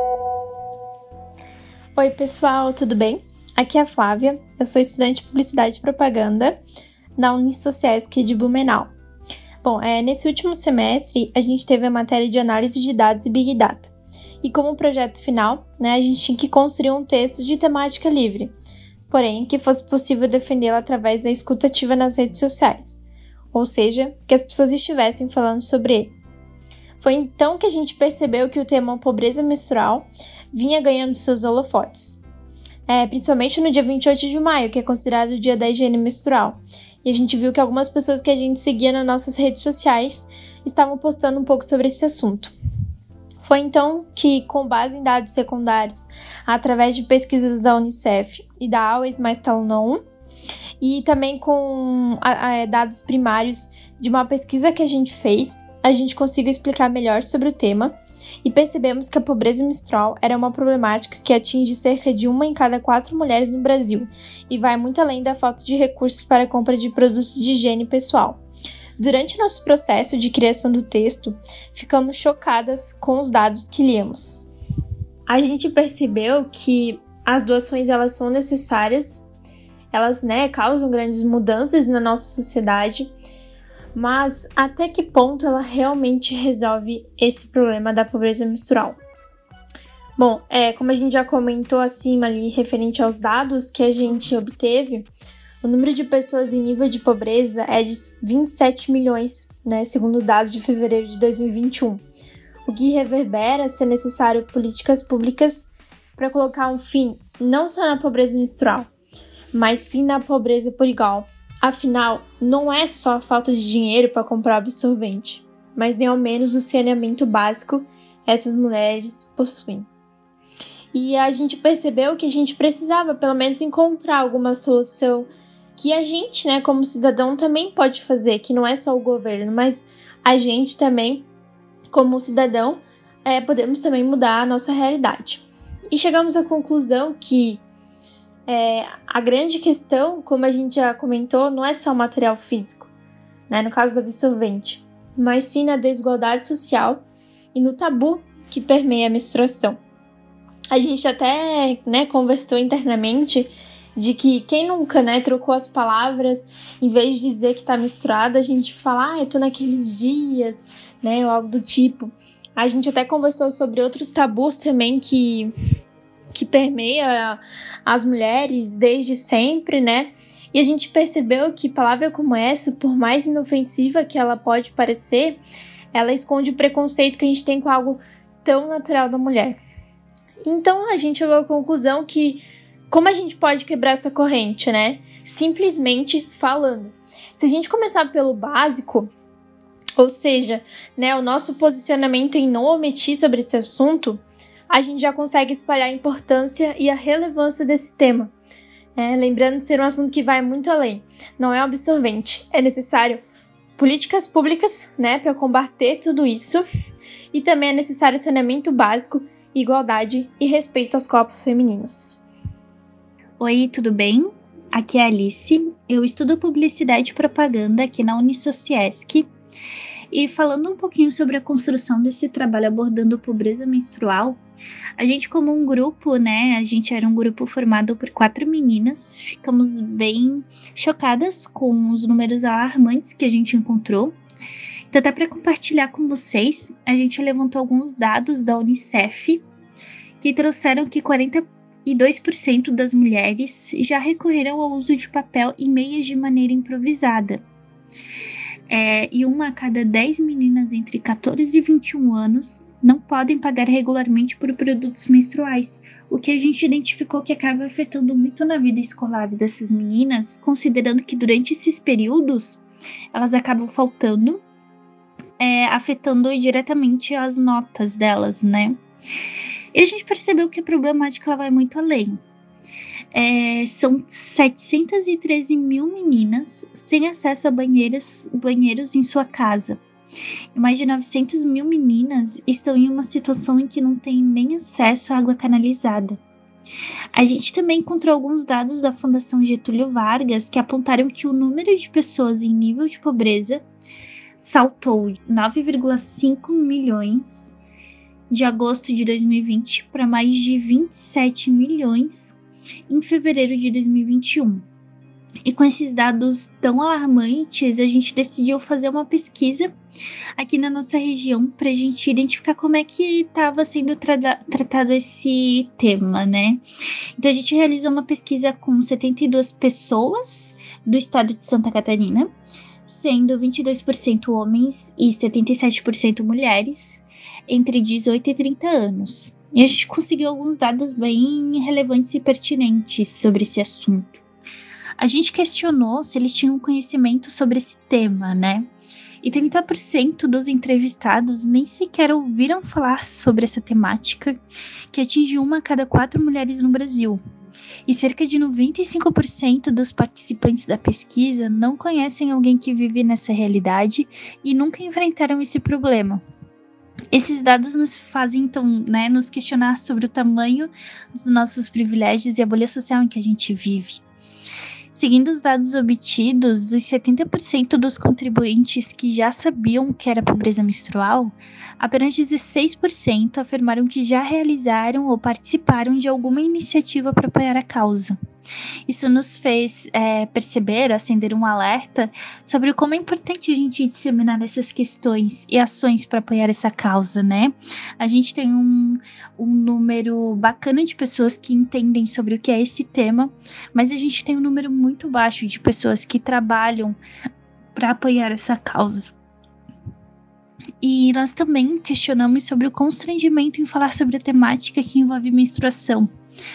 Oi, pessoal, tudo bem? Aqui é a Flávia, eu sou estudante de Publicidade e Propaganda na Unisociesc de Blumenau. Bom, é, nesse último semestre, a gente teve a matéria de análise de dados e Big Data. E como projeto final, né, a gente tinha que construir um texto de temática livre, porém que fosse possível defendê-la através da escuta ativa nas redes sociais, ou seja, que as pessoas estivessem falando sobre ele. Foi então que a gente percebeu que o tema pobreza menstrual vinha ganhando seus holofotes, é, principalmente no dia vinte e oito de maio, que é considerado o dia da higiene menstrual, e a gente viu que algumas pessoas que a gente seguia nas nossas redes sociais estavam postando um pouco sobre esse assunto. Foi então que, com base em dados secundários, através de pesquisas da Unicef e da Always Mais Taluna um, e também com a, a, dados primários de uma pesquisa que a gente fez, a gente conseguiu explicar melhor sobre o tema e percebemos que a pobreza menstrual era uma problemática que atinge cerca de uma em cada quatro mulheres no Brasil e vai muito além da falta de recursos para a compra de produtos de higiene pessoal. Durante nosso processo de criação do texto, ficamos chocadas com os dados que lemos. A gente percebeu que as doações elas são necessárias, elas, né, causam grandes mudanças na nossa sociedade, Mas até que ponto ela realmente resolve esse problema da pobreza menstrual? Bom, é, como a gente já comentou acima ali, referente aos dados que a gente obteve, o número de pessoas em nível de pobreza é de vinte e sete milhões, né, segundo dados de fevereiro de dois mil e vinte e um, o que reverbera ser necessário políticas públicas para colocar um fim não só na pobreza menstrual, mas sim na pobreza por igual. Afinal, não é só a falta de dinheiro para comprar absorvente, mas nem ao menos o saneamento básico essas mulheres possuem. E a gente percebeu que a gente precisava, pelo menos, encontrar alguma solução que a gente, né, como cidadão, também pode fazer, que não é só o governo, mas a gente também, como cidadão, é, podemos também mudar a nossa realidade. E chegamos à conclusão que é, a grande questão, como a gente já comentou, não é só o material físico, né, no caso do absorvente, mas sim na desigualdade social e no tabu que permeia a menstruação. A gente até, né, conversou internamente de que quem nunca, né, trocou as palavras, em vez de dizer que tá menstruada, a gente fala, ah, eu tô naqueles dias, né, ou algo do tipo. A gente até conversou sobre outros tabus também que, que permeia as mulheres desde sempre, né, e a gente percebeu que palavra como essa, por mais inofensiva que ela pode parecer, ela esconde o preconceito que a gente tem com algo tão natural da mulher. Então a gente chegou à conclusão que como a gente pode quebrar essa corrente, né? Simplesmente falando. Se a gente começar pelo básico, ou seja, né, o nosso posicionamento em não omitir sobre esse assunto, a gente já consegue espalhar a importância e a relevância desse tema. É, lembrando ser um assunto que vai muito além. Não é absorvente. É necessário políticas públicas, né, para combater tudo isso. E também é necessário saneamento básico, igualdade e respeito aos corpos femininos. Oi, tudo bem? Aqui é a Alice. Eu estudo publicidade e propaganda aqui na Unisociesc. E falando um pouquinho sobre a construção desse trabalho abordando pobreza menstrual, a gente como um grupo, né, a gente era um grupo formado por quatro meninas, ficamos bem chocadas com os números alarmantes que a gente encontrou. Então, até para compartilhar com vocês, a gente levantou alguns dados da Unicef que trouxeram que quarenta e dois por cento das mulheres já recorreram ao uso de papel e meias de maneira improvisada. É, e uma a cada dez meninas entre catorze e vinte e um anos não podem pagar regularmente por produtos menstruais, o que a gente identificou que acaba afetando muito na vida escolar dessas meninas, considerando que durante esses períodos elas acabam faltando, É, afetando diretamente as notas delas, né? E a gente percebeu que a problemática ela vai muito além. É, são setecentos e treze mil meninas sem acesso a banheiras, banheiros em sua casa. E mais de novecentas mil meninas estão em uma situação em que não tem nem acesso à água canalizada. A gente também encontrou alguns dados da Fundação Getúlio Vargas que apontaram que o número de pessoas em nível de pobreza saltou nove vírgula cinco milhões de agosto de dois mil e vinte para mais de vinte e sete milhões em fevereiro de dois mil e vinte e um. E com esses dados tão alarmantes, a gente decidiu fazer uma pesquisa aqui na nossa região para a gente identificar como é que estava sendo tra- tratado esse tema, né? Então a gente realizou uma pesquisa com setenta e duas pessoas do estado de Santa Catarina, sendo vinte e dois por cento homens e setenta e sete por cento mulheres, entre dezoito e trinta anos. E a gente conseguiu alguns dados bem relevantes e pertinentes sobre esse assunto. A gente questionou se eles tinham conhecimento sobre esse tema, né? E trinta por cento dos entrevistados nem sequer ouviram falar sobre essa temática, que atinge uma a cada quatro mulheres no Brasil. E cerca de noventa e cinco por cento dos participantes da pesquisa não conhecem alguém que vive nessa realidade e nunca enfrentaram esse problema. Esses dados nos fazem, então, né, nos questionar sobre o tamanho dos nossos privilégios e a bolha social em que a gente vive. Seguindo os dados obtidos, os setenta por cento dos contribuintes que já sabiam o que era pobreza menstrual, apenas dezesseis por cento afirmaram que já realizaram ou participaram de alguma iniciativa para apoiar a causa. Isso nos fez é, perceber, acender um alerta sobre como é importante a gente disseminar essas questões e ações para apoiar essa causa, né? A gente tem um, um número bacana de pessoas que entendem sobre o que é esse tema, mas a gente tem um número muito baixo de pessoas que trabalham para apoiar essa causa. E nós também questionamos sobre o constrangimento em falar sobre a temática que envolve menstruação.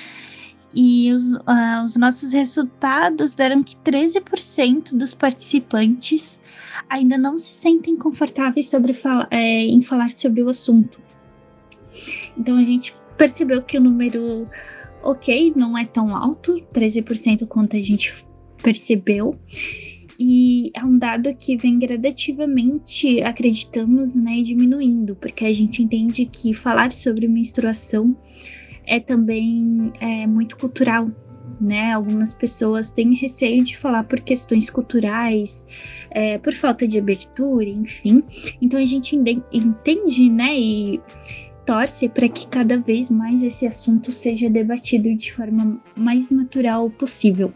E os, uh, os nossos resultados deram que treze por cento dos participantes ainda não se sentem confortáveis sobre fala, é, em falar sobre o assunto. Então a gente percebeu que o número, ok, não é tão alto, treze por cento quanto a gente percebeu. E é um dado que vem gradativamente, acreditamos, né, diminuindo, porque a gente entende que falar sobre menstruação é também é, muito cultural, né? Algumas pessoas têm receio de falar por questões culturais, é, por falta de abertura, enfim. Então a gente entende, né, e torce para que cada vez mais esse assunto seja debatido de forma mais natural possível.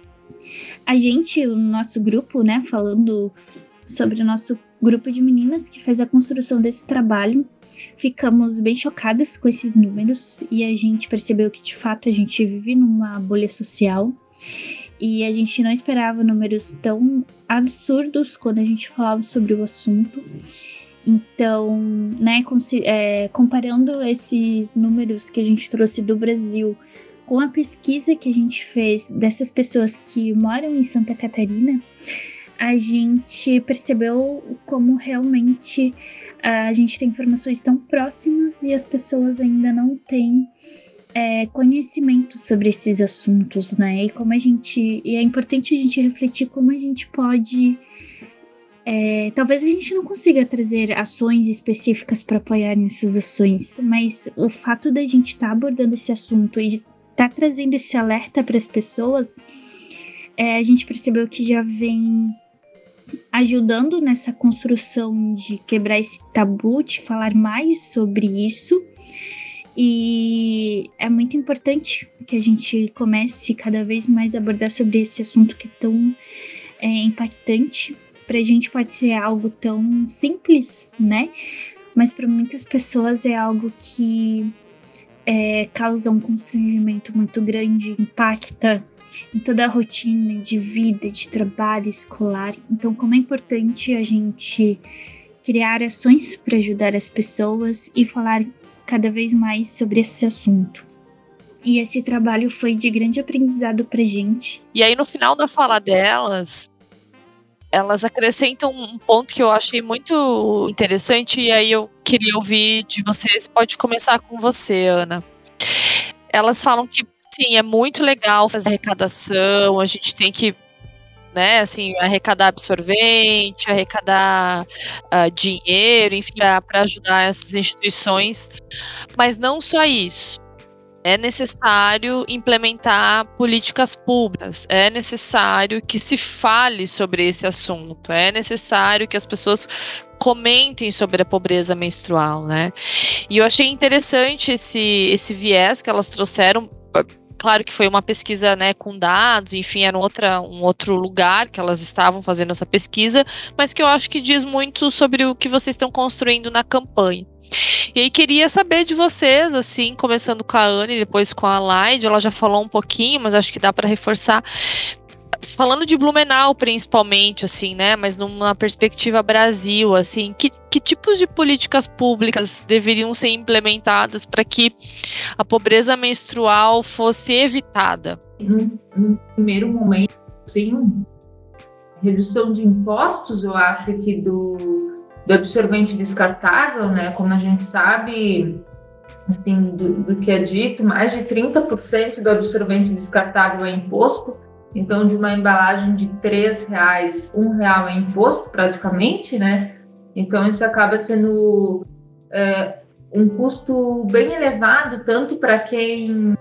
A gente, o nosso grupo, né, falando sobre o nosso grupo de meninas que fez a construção desse trabalho, ficamos bem chocadas com esses números e a gente percebeu que, de fato, a gente vive numa bolha social e a gente não esperava números tão absurdos quando a gente falava sobre o assunto. Então, né, é, comparando esses números que a gente trouxe do Brasil com a pesquisa que a gente fez dessas pessoas que moram em Santa Catarina, a gente percebeu como realmente a gente tem informações tão próximas e as pessoas ainda não têm é, conhecimento sobre esses assuntos, né? E como a gente, e é importante a gente refletir como a gente pode, é, talvez a gente não consiga trazer ações específicas para apoiar nessas ações, mas o fato da gente estar tá abordando esse assunto e tá trazendo esse alerta para as pessoas, é, a gente percebeu que já vem ajudando nessa construção de quebrar esse tabu, de falar mais sobre isso. E é muito importante que a gente comece cada vez mais a abordar sobre esse assunto que é tão é, impactante. Pra gente pode ser algo tão simples, né? Mas para muitas pessoas é algo que É, causa um constrangimento muito grande, impacta em toda a rotina de vida, de trabalho escolar. Então, como é importante a gente criar ações para ajudar as pessoas e falar cada vez mais sobre esse assunto. E esse trabalho foi de grande aprendizado pra gente. E aí, no final da fala delas, elas acrescentam um ponto que eu achei muito interessante, e aí eu queria ouvir de vocês. Pode começar com você, Ana. Elas falam que, sim, é muito legal fazer arrecadação, a gente tem que, né, assim, arrecadar absorvente, arrecadar uh, dinheiro, enfim, para ajudar essas instituições, mas não só isso. É necessário implementar políticas públicas, é necessário que se fale sobre esse assunto, é necessário que as pessoas comentem sobre a pobreza menstrual, né? E eu achei interessante esse, esse viés que elas trouxeram. Claro que foi uma pesquisa, né, com dados, enfim, era um, outra, um outro lugar que elas estavam fazendo essa pesquisa, mas que eu acho que diz muito sobre o que vocês estão construindo na campanha. E aí queria saber de vocês, assim, começando com a Ana e depois com a Laide. Ela já falou um pouquinho, mas acho que dá para reforçar. Falando de Blumenau, principalmente, assim, né, mas numa perspectiva Brasil, assim, que, que tipos de políticas públicas deveriam ser implementadas para que a pobreza menstrual fosse evitada? No, no primeiro momento, sim, redução de impostos, eu acho que do, do absorvente descartável, né, como a gente sabe, assim, do, do que é dito, mais de trinta por cento do absorvente descartável é imposto. Então, de uma embalagem de três reais, um real é imposto praticamente, né? Então, isso acaba sendo é, um custo bem elevado, tanto para quem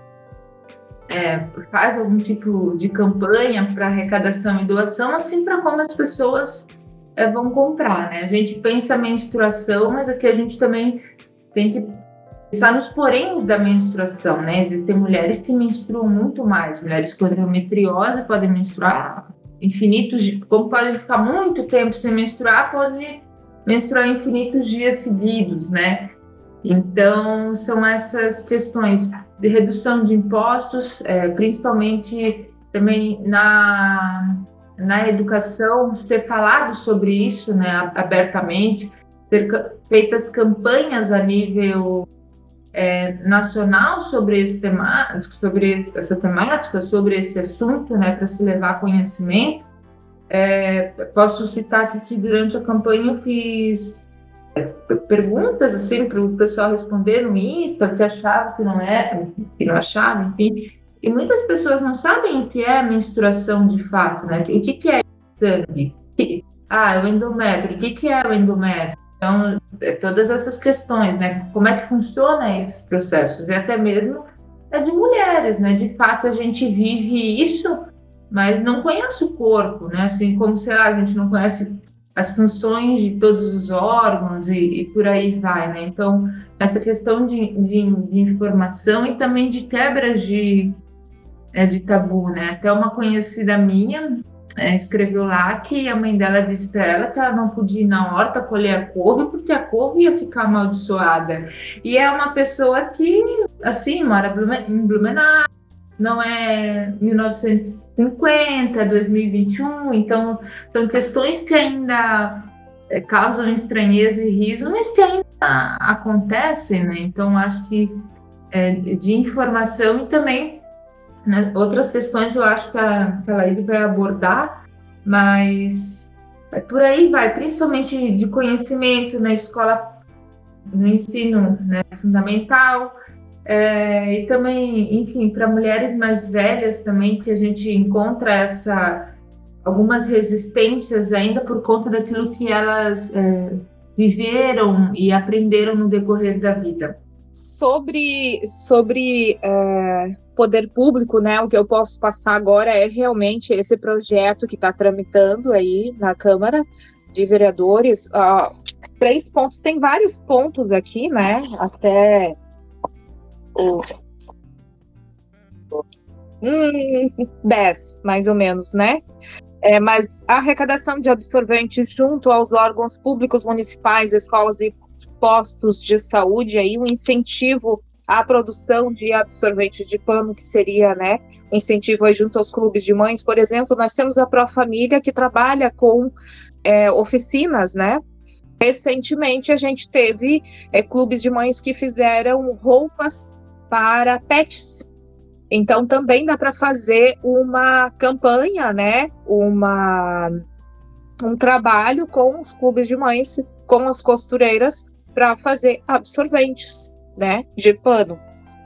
é, faz algum tipo de campanha para arrecadação e doação, assim para como as pessoas é, vão comprar, né? A gente pensa menstruação, mas aqui a gente também tem que pensar nos poréns da menstruação, né? Existem mulheres que menstruam muito mais, mulheres com endometriose podem menstruar infinitos, como podem ficar muito tempo sem menstruar, pode menstruar infinitos dias seguidos, né? Então, são essas questões de redução de impostos, é, principalmente também na, na educação, ser falado sobre isso, né, abertamente, ter feitas campanhas a nível é, nacional sobre, esse tema, sobre essa temática, sobre esse assunto, né, para se levar conhecimento. É, posso citar que durante a campanha eu fiz perguntas assim para o pessoal responder no Insta, que achava que não é, que não achava, enfim. E muitas pessoas não sabem o que é a menstruação de fato, né? O que, que é sangue? Ah, é o endométrio. O que, que é o endométrio? Então, todas essas questões, né? Como é que funciona esses processos? E até mesmo é de mulheres, né? De fato, a gente vive isso, mas não conhece o corpo, né? Assim como, sei lá, a gente não conhece as funções de todos os órgãos e, e por aí vai, né? Então, essa questão de, de, de informação e também de quebras de, é, de tabu, né? Até uma conhecida minha é, escreveu lá que a mãe dela disse para ela que ela não podia ir na horta colher a couve porque a couve ia ficar amaldiçoada. E é uma pessoa que, assim, mora em Blumenau, não é mil novecentos e cinquenta, dois mil e vinte e um, então são questões que ainda é, causam estranheza e riso, mas que ainda acontecem, né? Então acho que é, de informação e também, né, outras questões eu acho que a, que a Laíde vai abordar, mas é, por aí vai, principalmente de conhecimento na escola, no ensino, né, fundamental. É, e também, enfim, para mulheres mais velhas também, que a gente encontra essa, algumas resistências ainda por conta daquilo que elas é, viveram e aprenderam no decorrer da vida. Sobre, sobre é, poder público, né, o que eu posso passar agora é realmente esse projeto que está tramitando aí na Câmara de Vereadores. Uh, três pontos, tem vários pontos aqui, né, até... Hum, dez, mais ou menos, né? É, mas a arrecadação de absorventes junto aos órgãos públicos municipais, escolas e postos de saúde, aí um incentivo à produção de absorventes de pano, que seria, né, um incentivo aí junto aos clubes de mães, por exemplo. Nós temos a Pro Família, que trabalha com é, oficinas, né? Recentemente a gente teve é, clubes de mães que fizeram roupas para pets. Então também dá para fazer uma campanha, né? Uma, um trabalho com os clubes de mães, com as costureiras, para fazer absorventes, né? De pano.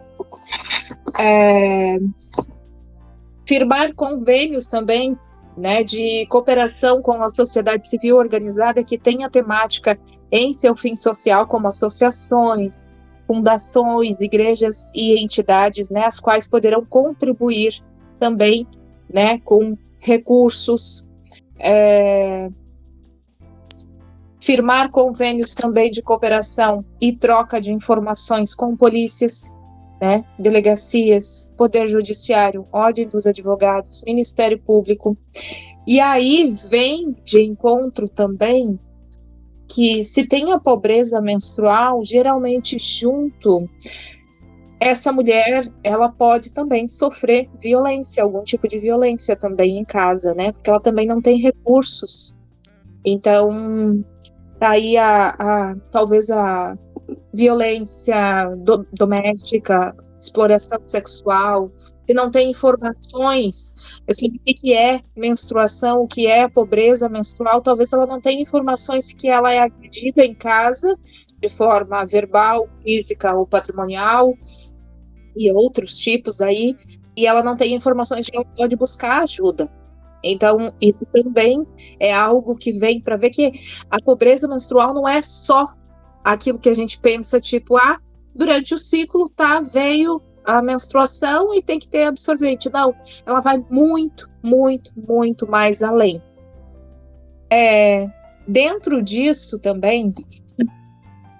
É, firmar convênios também, né? De cooperação com a sociedade civil organizada que tenha temática em seu fim social, como associações, fundações, igrejas e entidades, né, as quais poderão contribuir também, né, com recursos, é, firmar convênios também de cooperação e troca de informações com polícias, né, delegacias, poder judiciário, ordem dos advogados, Ministério Público. E aí vem de encontro também que se tem a pobreza menstrual, geralmente junto, essa mulher, ela pode também sofrer violência, algum tipo de violência também em casa, né? Porque ela também não tem recursos. Então, daí a, a talvez a violência do, doméstica, exploração sexual, se não tem informações sobre o que é menstruação, o que é pobreza menstrual, talvez ela não tenha informações que ela é agredida em casa, de forma verbal, física ou patrimonial, e outros tipos aí, e ela não tem informações de que ela pode buscar ajuda. Então, isso também é algo que vem para ver que a pobreza menstrual não é só aquilo que a gente pensa, tipo, ah, durante o ciclo, tá, veio a menstruação e tem que ter absorvente. Não, ela vai muito, muito, muito mais além. É, dentro disso também,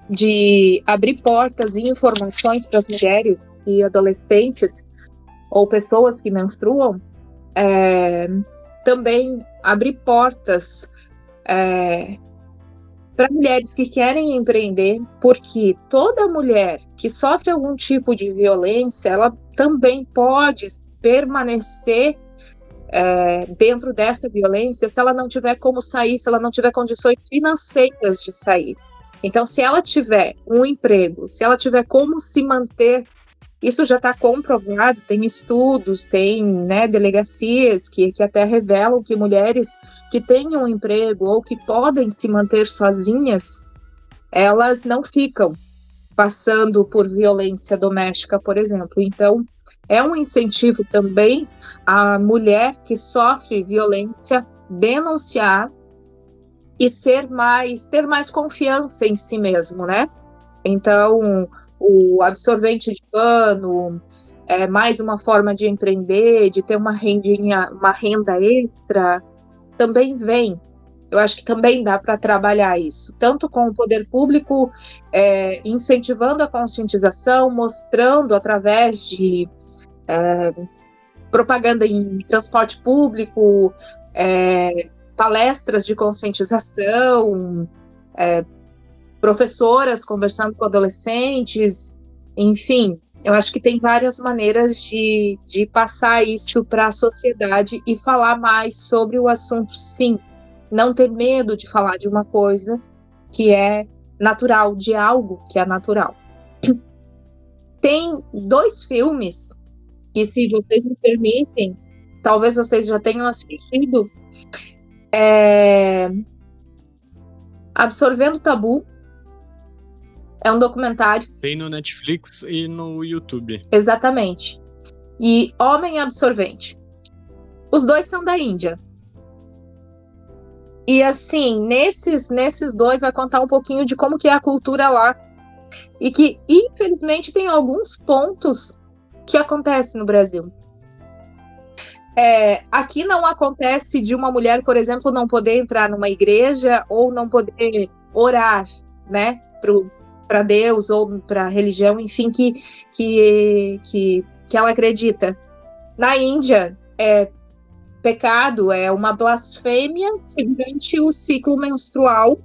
de abrir portas e informações para as mulheres e adolescentes ou pessoas que menstruam, é, também abrir portas é, para mulheres que querem empreender, porque toda mulher que sofre algum tipo de violência, ela também pode permanecer é, dentro dessa violência se ela não tiver como sair, se ela não tiver condições financeiras de sair. Então, se ela tiver um emprego, se ela tiver como se manter, isso já está comprovado, tem estudos, tem né, delegacias que, que até revelam que mulheres que têm um emprego ou que podem se manter sozinhas, elas não ficam passando por violência doméstica, por exemplo. Então, é um incentivo também a mulher que sofre violência denunciar e ser mais, ter mais confiança em si mesmo, né? Então, o absorvente de pano é mais uma forma de empreender, de ter uma rendinha, uma renda extra, também vem. Eu acho que também dá para trabalhar isso, tanto com o poder público, é, incentivando a conscientização, mostrando através de é, propaganda em transporte público, é, palestras de conscientização, é, professoras conversando com adolescentes, enfim, eu acho que tem várias maneiras de, de passar isso para a sociedade e falar mais sobre o assunto, sim. Não ter medo de falar de uma coisa que é natural, de algo que é natural. Tem dois filmes que, se vocês me permitem, talvez vocês já tenham assistido, é... Absorvendo o Tabu. É um documentário. Tem no Netflix e no YouTube. Exatamente. E Homem Absorvente. Os dois são da Índia. E assim, nesses, nesses dois vai contar um pouquinho de como que é a cultura lá. E que, infelizmente, tem alguns pontos que acontecem no Brasil. É, aqui não acontece de uma mulher, por exemplo, não poder entrar numa igreja ou não poder orar, né, para Deus ou para a religião, enfim, que, que, que, que ela acredita. Na Índia, é pecado, é uma blasfêmia se durante o ciclo menstrual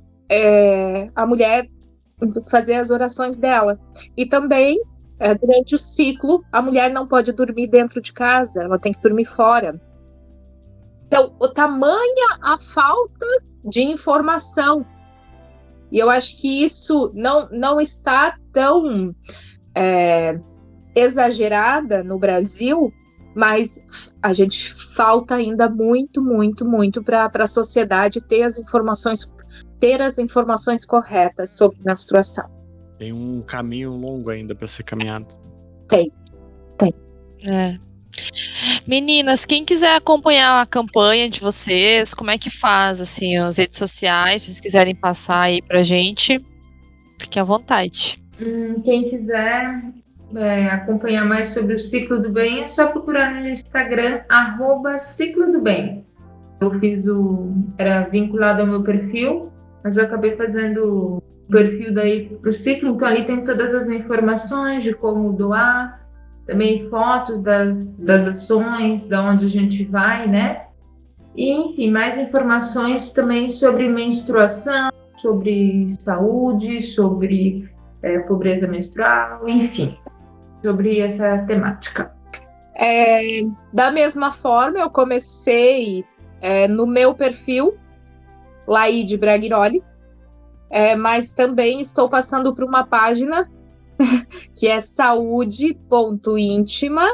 é, a mulher fazer as orações dela. E também, é, durante o ciclo, a mulher não pode dormir dentro de casa, ela tem que dormir fora. Então, o tamanha a falta de informação. E eu acho que isso não, não está tão é, exagerada no Brasil, mas a gente falta ainda muito, muito, muito para a sociedade ter as informações, ter as informações corretas sobre menstruação. Tem um caminho longo ainda para ser caminhado. Tem, tem. É. Meninas, quem quiser acompanhar a campanha de vocês, como é que faz, assim, as redes sociais, se vocês quiserem passar aí pra gente, fiquem à vontade. Hum, quem quiser é, acompanhar mais sobre o Ciclo do Bem, é só procurar no Instagram, arroba Ciclo do Bem. Eu fiz o... era vinculado ao meu perfil, mas eu acabei fazendo o perfil daí pro Ciclo, então ali tem todas as informações de como doar, também fotos das, das ações, da onde a gente vai, né? E, enfim, mais informações também sobre menstruação, sobre saúde, sobre é, pobreza menstrual, enfim, sobre essa temática. É, da mesma forma, eu comecei é, no meu perfil, Laide Braghiroli, é, mas também estou passando por uma página que é saúde.íntima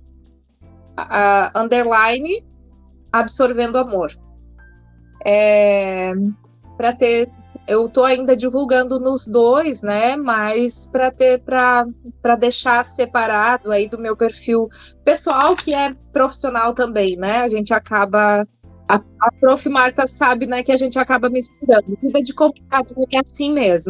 uh, underline absorvendo amor. É, para ter, eu tô ainda divulgando nos dois, né? Mas para ter, para para deixar separado aí do meu perfil pessoal, que é profissional também, né? A gente acaba a, a Prof Marta sabe, né? Que a gente acaba misturando. Vida de complicado é assim mesmo.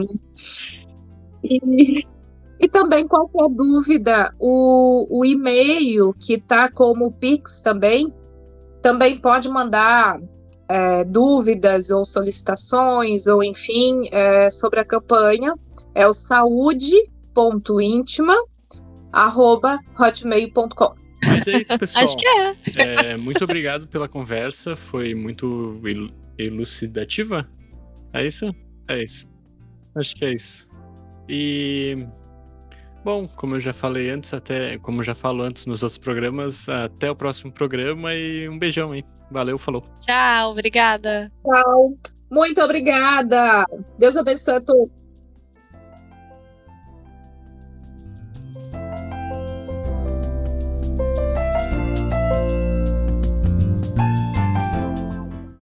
E E também, qualquer dúvida, o, o e-mail que está como Pix também, também pode mandar é, dúvidas ou solicitações, ou enfim, é, sobre a campanha. É o saúde ponto íntima arroba hotmail ponto com. Mas é isso, pessoal. Acho que é. É, muito obrigado pela conversa. Foi muito il- elucidativa. É isso? É isso. Acho que é isso. E... Bom, como eu já falei antes, até como eu já falo antes nos outros programas, até o próximo programa e um beijão, hein? Valeu, falou. Tchau, obrigada. Tchau. Muito obrigada. Deus abençoe a todos.